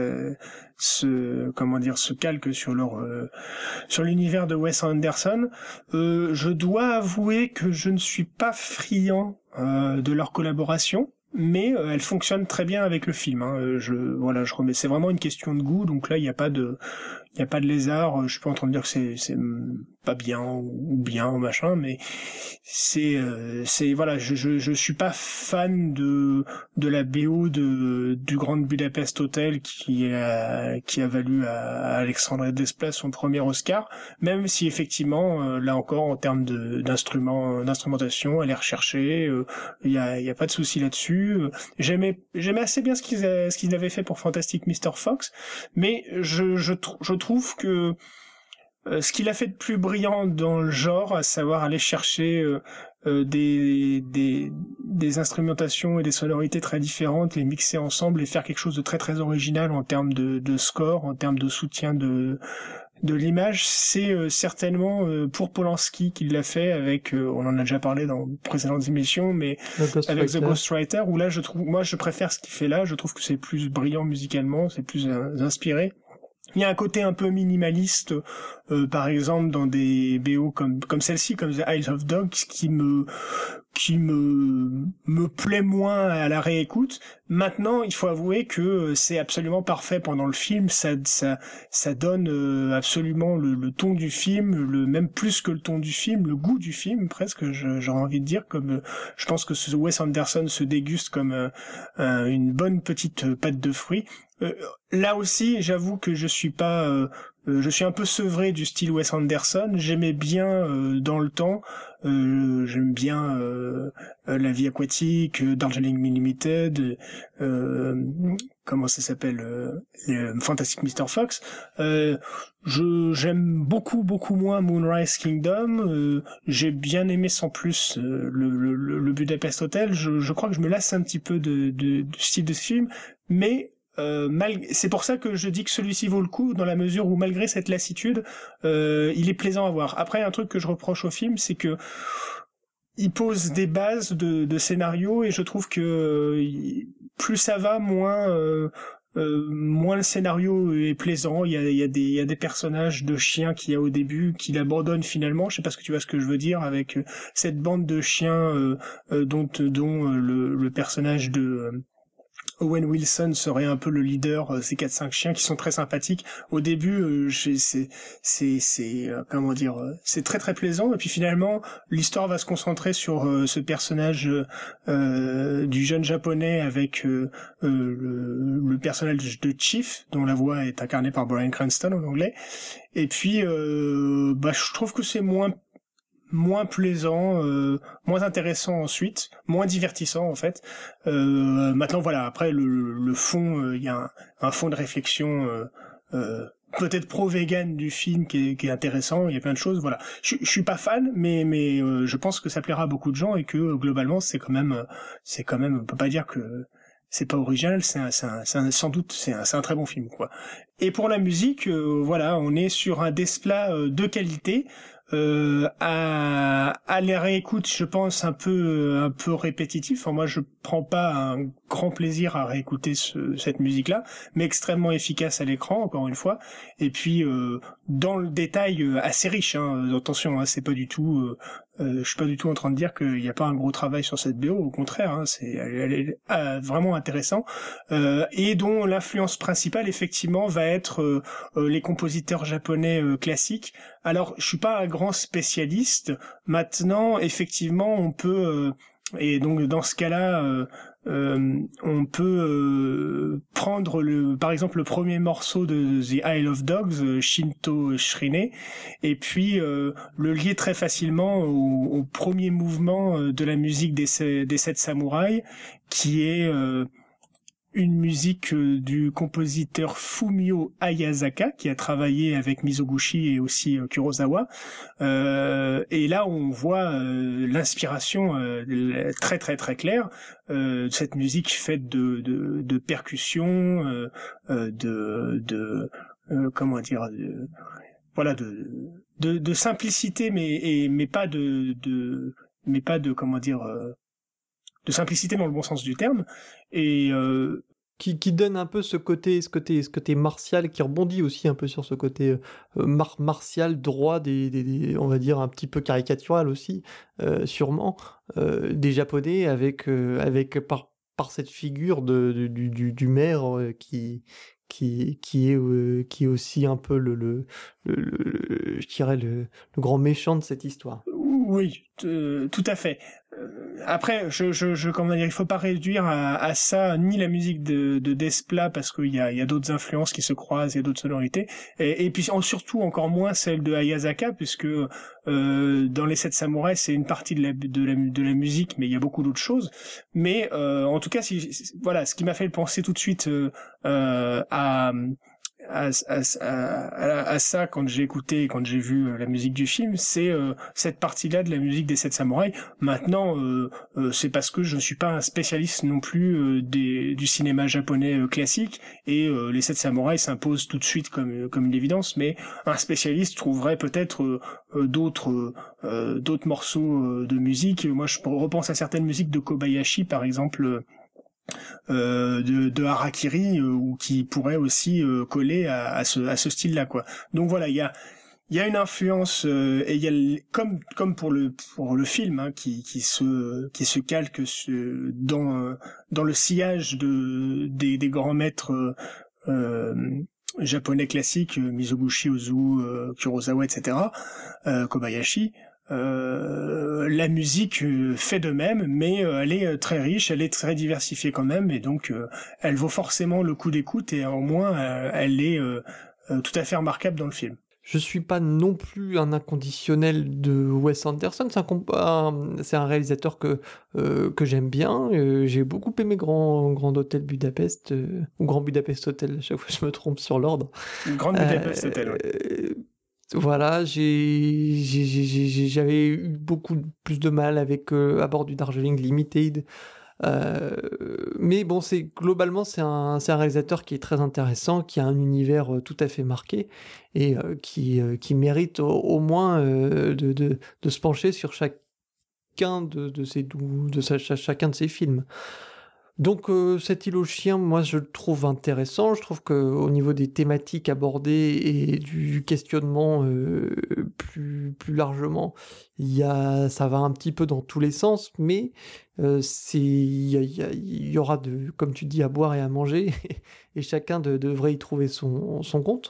se comment dire se calque sur leur euh, sur l'univers de Wes Anderson. Euh, je dois avouer que je ne suis pas friand euh, de leur collaboration, mais euh, elle fonctionne très bien avec le film. Hein. Je voilà, je remets. C'est vraiment une question de goût, donc là il n'y a pas de il y a pas de lézard. Je suis pas en train de dire que c'est c'est pas bien ou bien ou machin, mais c'est euh, c'est voilà, je je je suis pas fan de de la B O de du Grand Budapest Hotel qui a qui a valu à, à Alexandre Desplat son premier Oscar, même si effectivement euh, là encore en termes de d'instruments d'instrumentation elle est recherchée, il euh, y a il y a pas de souci là-dessus. J'aimais j'aimais assez bien ce qu'ils a, ce qu'ils avaient fait pour Fantastic mister Fox, mais je je je trouve que ce qu'il a fait de plus brillant dans le genre, à savoir aller chercher euh, euh, des, des, des instrumentations et des sonorités très différentes, les mixer ensemble et faire quelque chose de très très original en termes de, de score, en termes de soutien de, de l'image, c'est euh, certainement euh, pour Polanski qu'il l'a fait avec, euh, on en a déjà parlé dans précédentes émissions, mais avec The Ghostwriter, où là je trouve, moi je préfère ce qu'il fait là, je trouve que c'est plus brillant musicalement, c'est plus euh, inspiré. Il y a un côté un peu minimaliste, euh, par exemple dans des B O comme comme celle-ci, comme The Isle of Dogs, qui me qui me me plaît moins à la réécoute. Maintenant, il faut avouer que c'est absolument parfait pendant le film. Ça ça ça donne absolument le, le ton du film, le même plus que le ton du film, le goût du film presque. Je, j'aurais envie de dire, comme je pense que ce Wes Anderson se déguste comme euh, euh, une bonne petite pâte de fruits. Euh, là aussi, j'avoue que je suis pas, euh, euh, je suis un peu sevré du style Wes Anderson. J'aimais bien euh, dans le temps, euh, j'aime bien euh, euh, La Vie aquatique, euh, Darjeeling Limited, euh, comment ça s'appelle, euh, euh, Fantastic mister Fox. Euh, je j'aime beaucoup beaucoup moins Moonrise Kingdom. Euh, j'ai bien aimé sans plus euh, le, le, le Budapest Hotel. Je, je crois que je me lasse un petit peu de, de, du style de ce film, mais Euh, mal... c'est pour ça que je dis que celui-ci vaut le coup, dans la mesure où malgré cette lassitude, euh, il est plaisant à voir. Après, un truc que je reproche au film, c'est que il pose des bases de, de scénario, et je trouve que euh, plus ça va, moins euh, euh, moins le scénario est plaisant. Il y a, il y a des il y a des personnages de chiens qu'il y a au début qu'il abandonne finalement. Je sais pas ce que tu vois ce que je veux dire avec cette bande de chiens euh, euh, dont dont euh, le, le personnage de euh, Owen Wilson serait un peu le leader, euh, ces quatre cinq chiens qui sont très sympathiques. Au début, euh, c'est c'est c'est euh, comment dire, euh, c'est très très plaisant, et puis finalement l'histoire va se concentrer sur euh, ce personnage euh, du jeune japonais avec euh, euh, le, le personnage de Chief, dont la voix est incarnée par Bryan Cranston en anglais. Et puis euh, bah je trouve que c'est moins moins plaisant, euh, moins intéressant ensuite, moins divertissant en fait. Euh, maintenant voilà, après le, le fond, il euh, y a un, un fond de réflexion euh, euh, peut-être pro-vegan du film qui est, qui est intéressant, il y a plein de choses, voilà. Je, je suis pas fan, mais mais euh, je pense que ça plaira à beaucoup de gens, et que euh, globalement c'est quand même c'est quand même on peut pas dire que c'est pas original, c'est un, c'est un, c'est un, sans doute c'est un, c'est un très bon film quoi. Et pour la musique, euh, voilà, on est sur un Desplat euh, de qualité. Euh, à, à les réécoute, je pense un peu un peu répétitif. Enfin, moi, je prends pas un grand plaisir à réécouter ce, cette musique-là, mais extrêmement efficace à l'écran, encore une fois. Et puis euh, dans le détail, assez riche. Hein, attention, hein, c'est pas du tout euh, Euh, je suis pas du tout en train de dire qu'il n'y a pas un gros travail sur cette B O, au contraire, hein, c'est elle, elle est euh, vraiment intéressant, euh, et dont l'influence principale effectivement va être euh, euh, les compositeurs japonais euh, classiques. Alors je suis pas un grand spécialiste. Maintenant, effectivement, on peut euh, et donc dans ce cas-là, euh, euh, on peut euh, prendre le, par exemple le premier morceau de The Isle of Dogs, euh, Shinto Shrine, et puis euh, le lier très facilement au, au premier mouvement euh, de la musique des, des sept samouraïs, qui est euh, une musique euh, du compositeur Fumio Ayazaka, qui a travaillé avec Mizoguchi et aussi euh, Kurosawa. Euh, et là, on voit euh, l'inspiration euh, très très très claire euh, de cette musique faite de, de, de percussions, euh, euh, de, de euh, comment dire, de, voilà, de, de, de simplicité, mais et, mais pas de, de mais pas de comment dire. Euh, de simplicité dans le bon sens du terme, et euh, qui, qui donne un peu ce côté, ce côté, ce côté martial, qui rebondit aussi un peu sur ce côté euh, mar martial, droit, des, des, des, on va dire un petit peu caricatural aussi, euh, sûrement, euh, des Japonais avec, euh, avec par, par cette figure de, de, du, du, du maire euh, qui, qui, qui, est, euh, qui est aussi un peu le, le, le, le je dirais le, le grand méchant de cette histoire. Oui, tout à fait. Après, je, je, je, comment dire, il faut pas réduire à, à ça ni la musique de, de Desplat, parce qu'il y a, il y a d'autres influences qui se croisent, il y a d'autres sonorités, et, et puis en, surtout encore moins celle de Hayasaka, puisque euh, dans les Sept Samouraïs, c'est une partie de la, de la, de la musique, mais il y a beaucoup d'autres choses. Mais euh, en tout cas, si, voilà, ce qui m'a fait penser tout de suite euh, euh, à À, à, à, à ça quand j'ai écouté, quand j'ai vu la musique du film, c'est euh, cette partie-là de la musique des Sept Samouraïs. Maintenant, euh, euh, c'est parce que je ne suis pas un spécialiste non plus euh, des, du cinéma japonais euh, classique, et euh, les Sept Samouraïs s'imposent tout de suite comme, comme une évidence, mais un spécialiste trouverait peut-être euh, d'autres euh, d'autres morceaux euh, de musique. Moi, je repense à certaines musiques de Kobayashi, par exemple, euh, Euh, de, de Harakiri, euh, ou qui pourrait aussi euh, coller à, à ce, à ce style-là, quoi. Donc voilà, il y a il y a une influence euh, et il y a comme comme pour le pour le film, hein, qui qui se qui se calque ce, dans dans le sillage de des, des grands maîtres euh, euh, japonais classiques, Mizoguchi, Ozu, euh, Kurosawa, et cetera, euh, Kobayashi. Euh, la musique fait de même, mais euh, elle est très riche, elle est très diversifiée quand même, et donc euh, elle vaut forcément le coup d'écoute, et au moins euh, elle est euh, euh, tout à fait remarquable dans le film. Je suis pas non plus un inconditionnel de Wes Anderson, c'est un, un, c'est un réalisateur que, euh, que j'aime bien, euh, j'ai beaucoup aimé Grand, Grand Hôtel Budapest, euh, ou Grand Budapest Hotel, à chaque fois je me trompe sur l'ordre. Grand Budapest euh, Hotel, oui. Euh, Voilà, j'ai, j'ai, j'ai, j'avais eu beaucoup plus de mal avec euh, À bord du Darjeeling Limited. Euh, mais bon, c'est globalement, c'est un, c'est un réalisateur qui est très intéressant, qui a un univers euh, tout à fait marqué, et euh, qui, euh, qui mérite au, au moins euh, de, de, de se pencher sur chacun de, de, ses, de sa, chacun de ses films. Donc euh, Cette île aux chiens, moi je le trouve intéressant, je trouve qu'au niveau des thématiques abordées et du questionnement euh, plus, plus largement, il y a, ça va un petit peu dans tous les sens, mais euh, c'est, il y, y, y, y aura, de, comme tu dis, à boire et à manger, et chacun de, devrait y trouver son, son compte.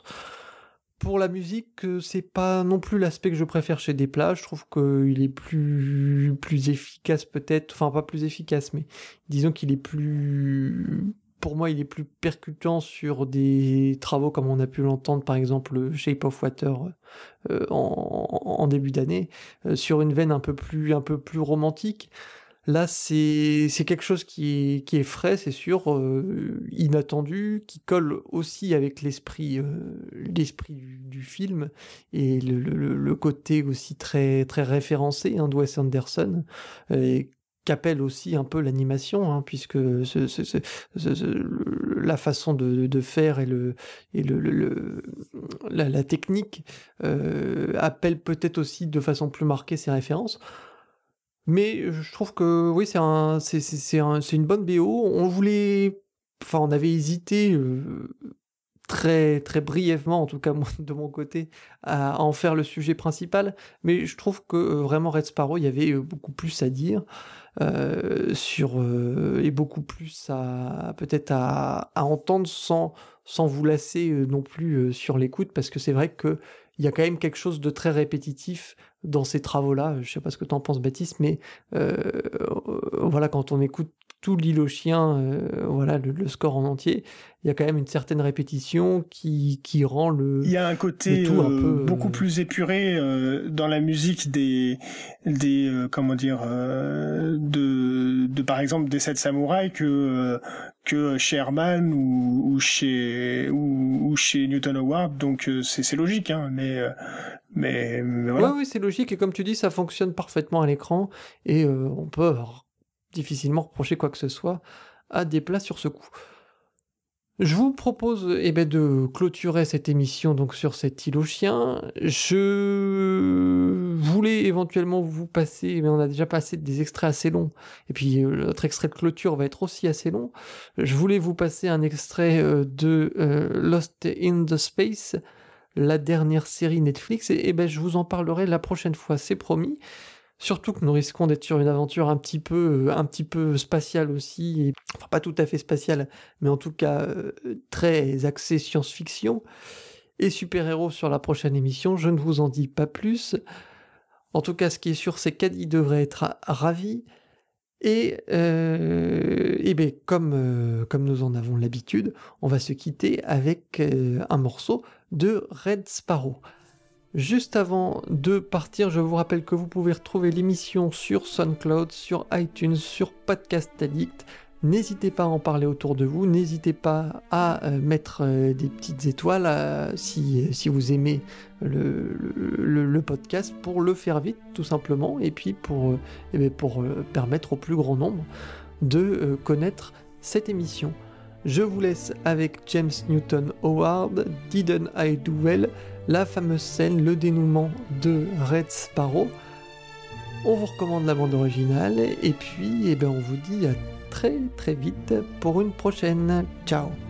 Pour la musique, c'est pas non plus l'aspect que je préfère chez Desplat. Je trouve qu'il est plus, plus efficace peut-être, enfin pas plus efficace, mais disons qu'il est plus, pour moi, il est plus percutant sur des travaux comme on a pu l'entendre, par exemple Shape of Water euh, en, en début d'année, euh, sur une veine un peu plus, un peu plus romantique. Là, c'est c'est quelque chose qui est, qui est frais, c'est sûr, euh, inattendu, qui colle aussi avec l'esprit euh, l'esprit du, du film, et le, le, le côté aussi très, très référencé hein, de Wes Anderson, euh, qu'appelle aussi un peu l'animation, hein, puisque ce, ce, ce, ce, la façon de, de faire et, le, et le, le, le, la, la technique euh, appelle peut-être aussi de façon plus marquée ces références. Mais je trouve que oui, c'est un, c'est, c'est, c'est un, c'est une bonne B O. On voulait, enfin, on avait hésité euh, très, très brièvement, en tout cas moi, de mon côté, à, à en faire le sujet principal, mais je trouve que euh, vraiment Red Sparrow, il y avait euh, beaucoup plus à dire, euh, sur, euh, et beaucoup plus à peut-être à, à entendre sans, sans vous lasser euh, non plus euh, sur l'écoute, parce que c'est vrai que il y a quand même quelque chose de très répétitif dans ces travaux-là. Je sais pas ce que tu en penses, Baptiste, mais euh, voilà, quand on écoute tout L'île aux chiens, euh, voilà, le, le score en entier, il y a quand même une certaine répétition qui, qui rend le, il y a un côté le tout un euh, peu beaucoup euh, plus épuré euh, dans la musique des des euh, comment dire euh, de de par exemple des sept samouraïs que euh, que chez Herman ou, ou chez ou, ou chez Newton Howard, donc euh, c'est c'est logique, hein, mais euh, mais, mais Oui, voilà. oui, c'est logique, et comme tu dis, ça fonctionne parfaitement à l'écran, et euh, on peut r- difficilement reprocher quoi que ce soit à des plats sur ce coup. Je vous propose eh ben, de clôturer cette émission donc sur cette île aux chiens. Je voulais éventuellement vous passer, mais on a déjà passé des extraits assez longs, et puis euh, notre extrait de clôture va être aussi assez long. Je voulais vous passer un extrait euh, de euh, Lost in the Space, la dernière série Netflix, et, et ben je vous en parlerai la prochaine fois, c'est promis. Surtout que nous risquons d'être sur une aventure un petit peu, euh, un petit peu spatiale aussi, et, enfin pas tout à fait spatiale, mais en tout cas euh, très axée science-fiction et super-héros sur la prochaine émission. Je ne vous en dis pas plus. En tout cas, ce qui est sûr, c'est qu'Adi devrait être ra- ravi. Et, euh, et ben, comme, euh, comme nous en avons l'habitude, on va se quitter avec euh, un morceau de Red Sparrow. Juste avant de partir, je vous rappelle que vous pouvez retrouver l'émission sur SoundCloud, sur iTunes, sur Podcast Addict. N'hésitez pas à en parler autour de vous, n'hésitez pas à euh, mettre euh, des petites étoiles euh, si, si vous aimez le, le, le podcast, pour le faire vite tout simplement, et puis pour, euh, eh bien, pour euh, permettre au plus grand nombre de euh, connaître cette émission. Je vous laisse avec James Newton Howard, Didn't I Do Well, la fameuse scène, le dénouement de Red Sparrow. On vous recommande la bande originale, et puis eh ben, on vous dit à très très vite pour une prochaine. Ciao.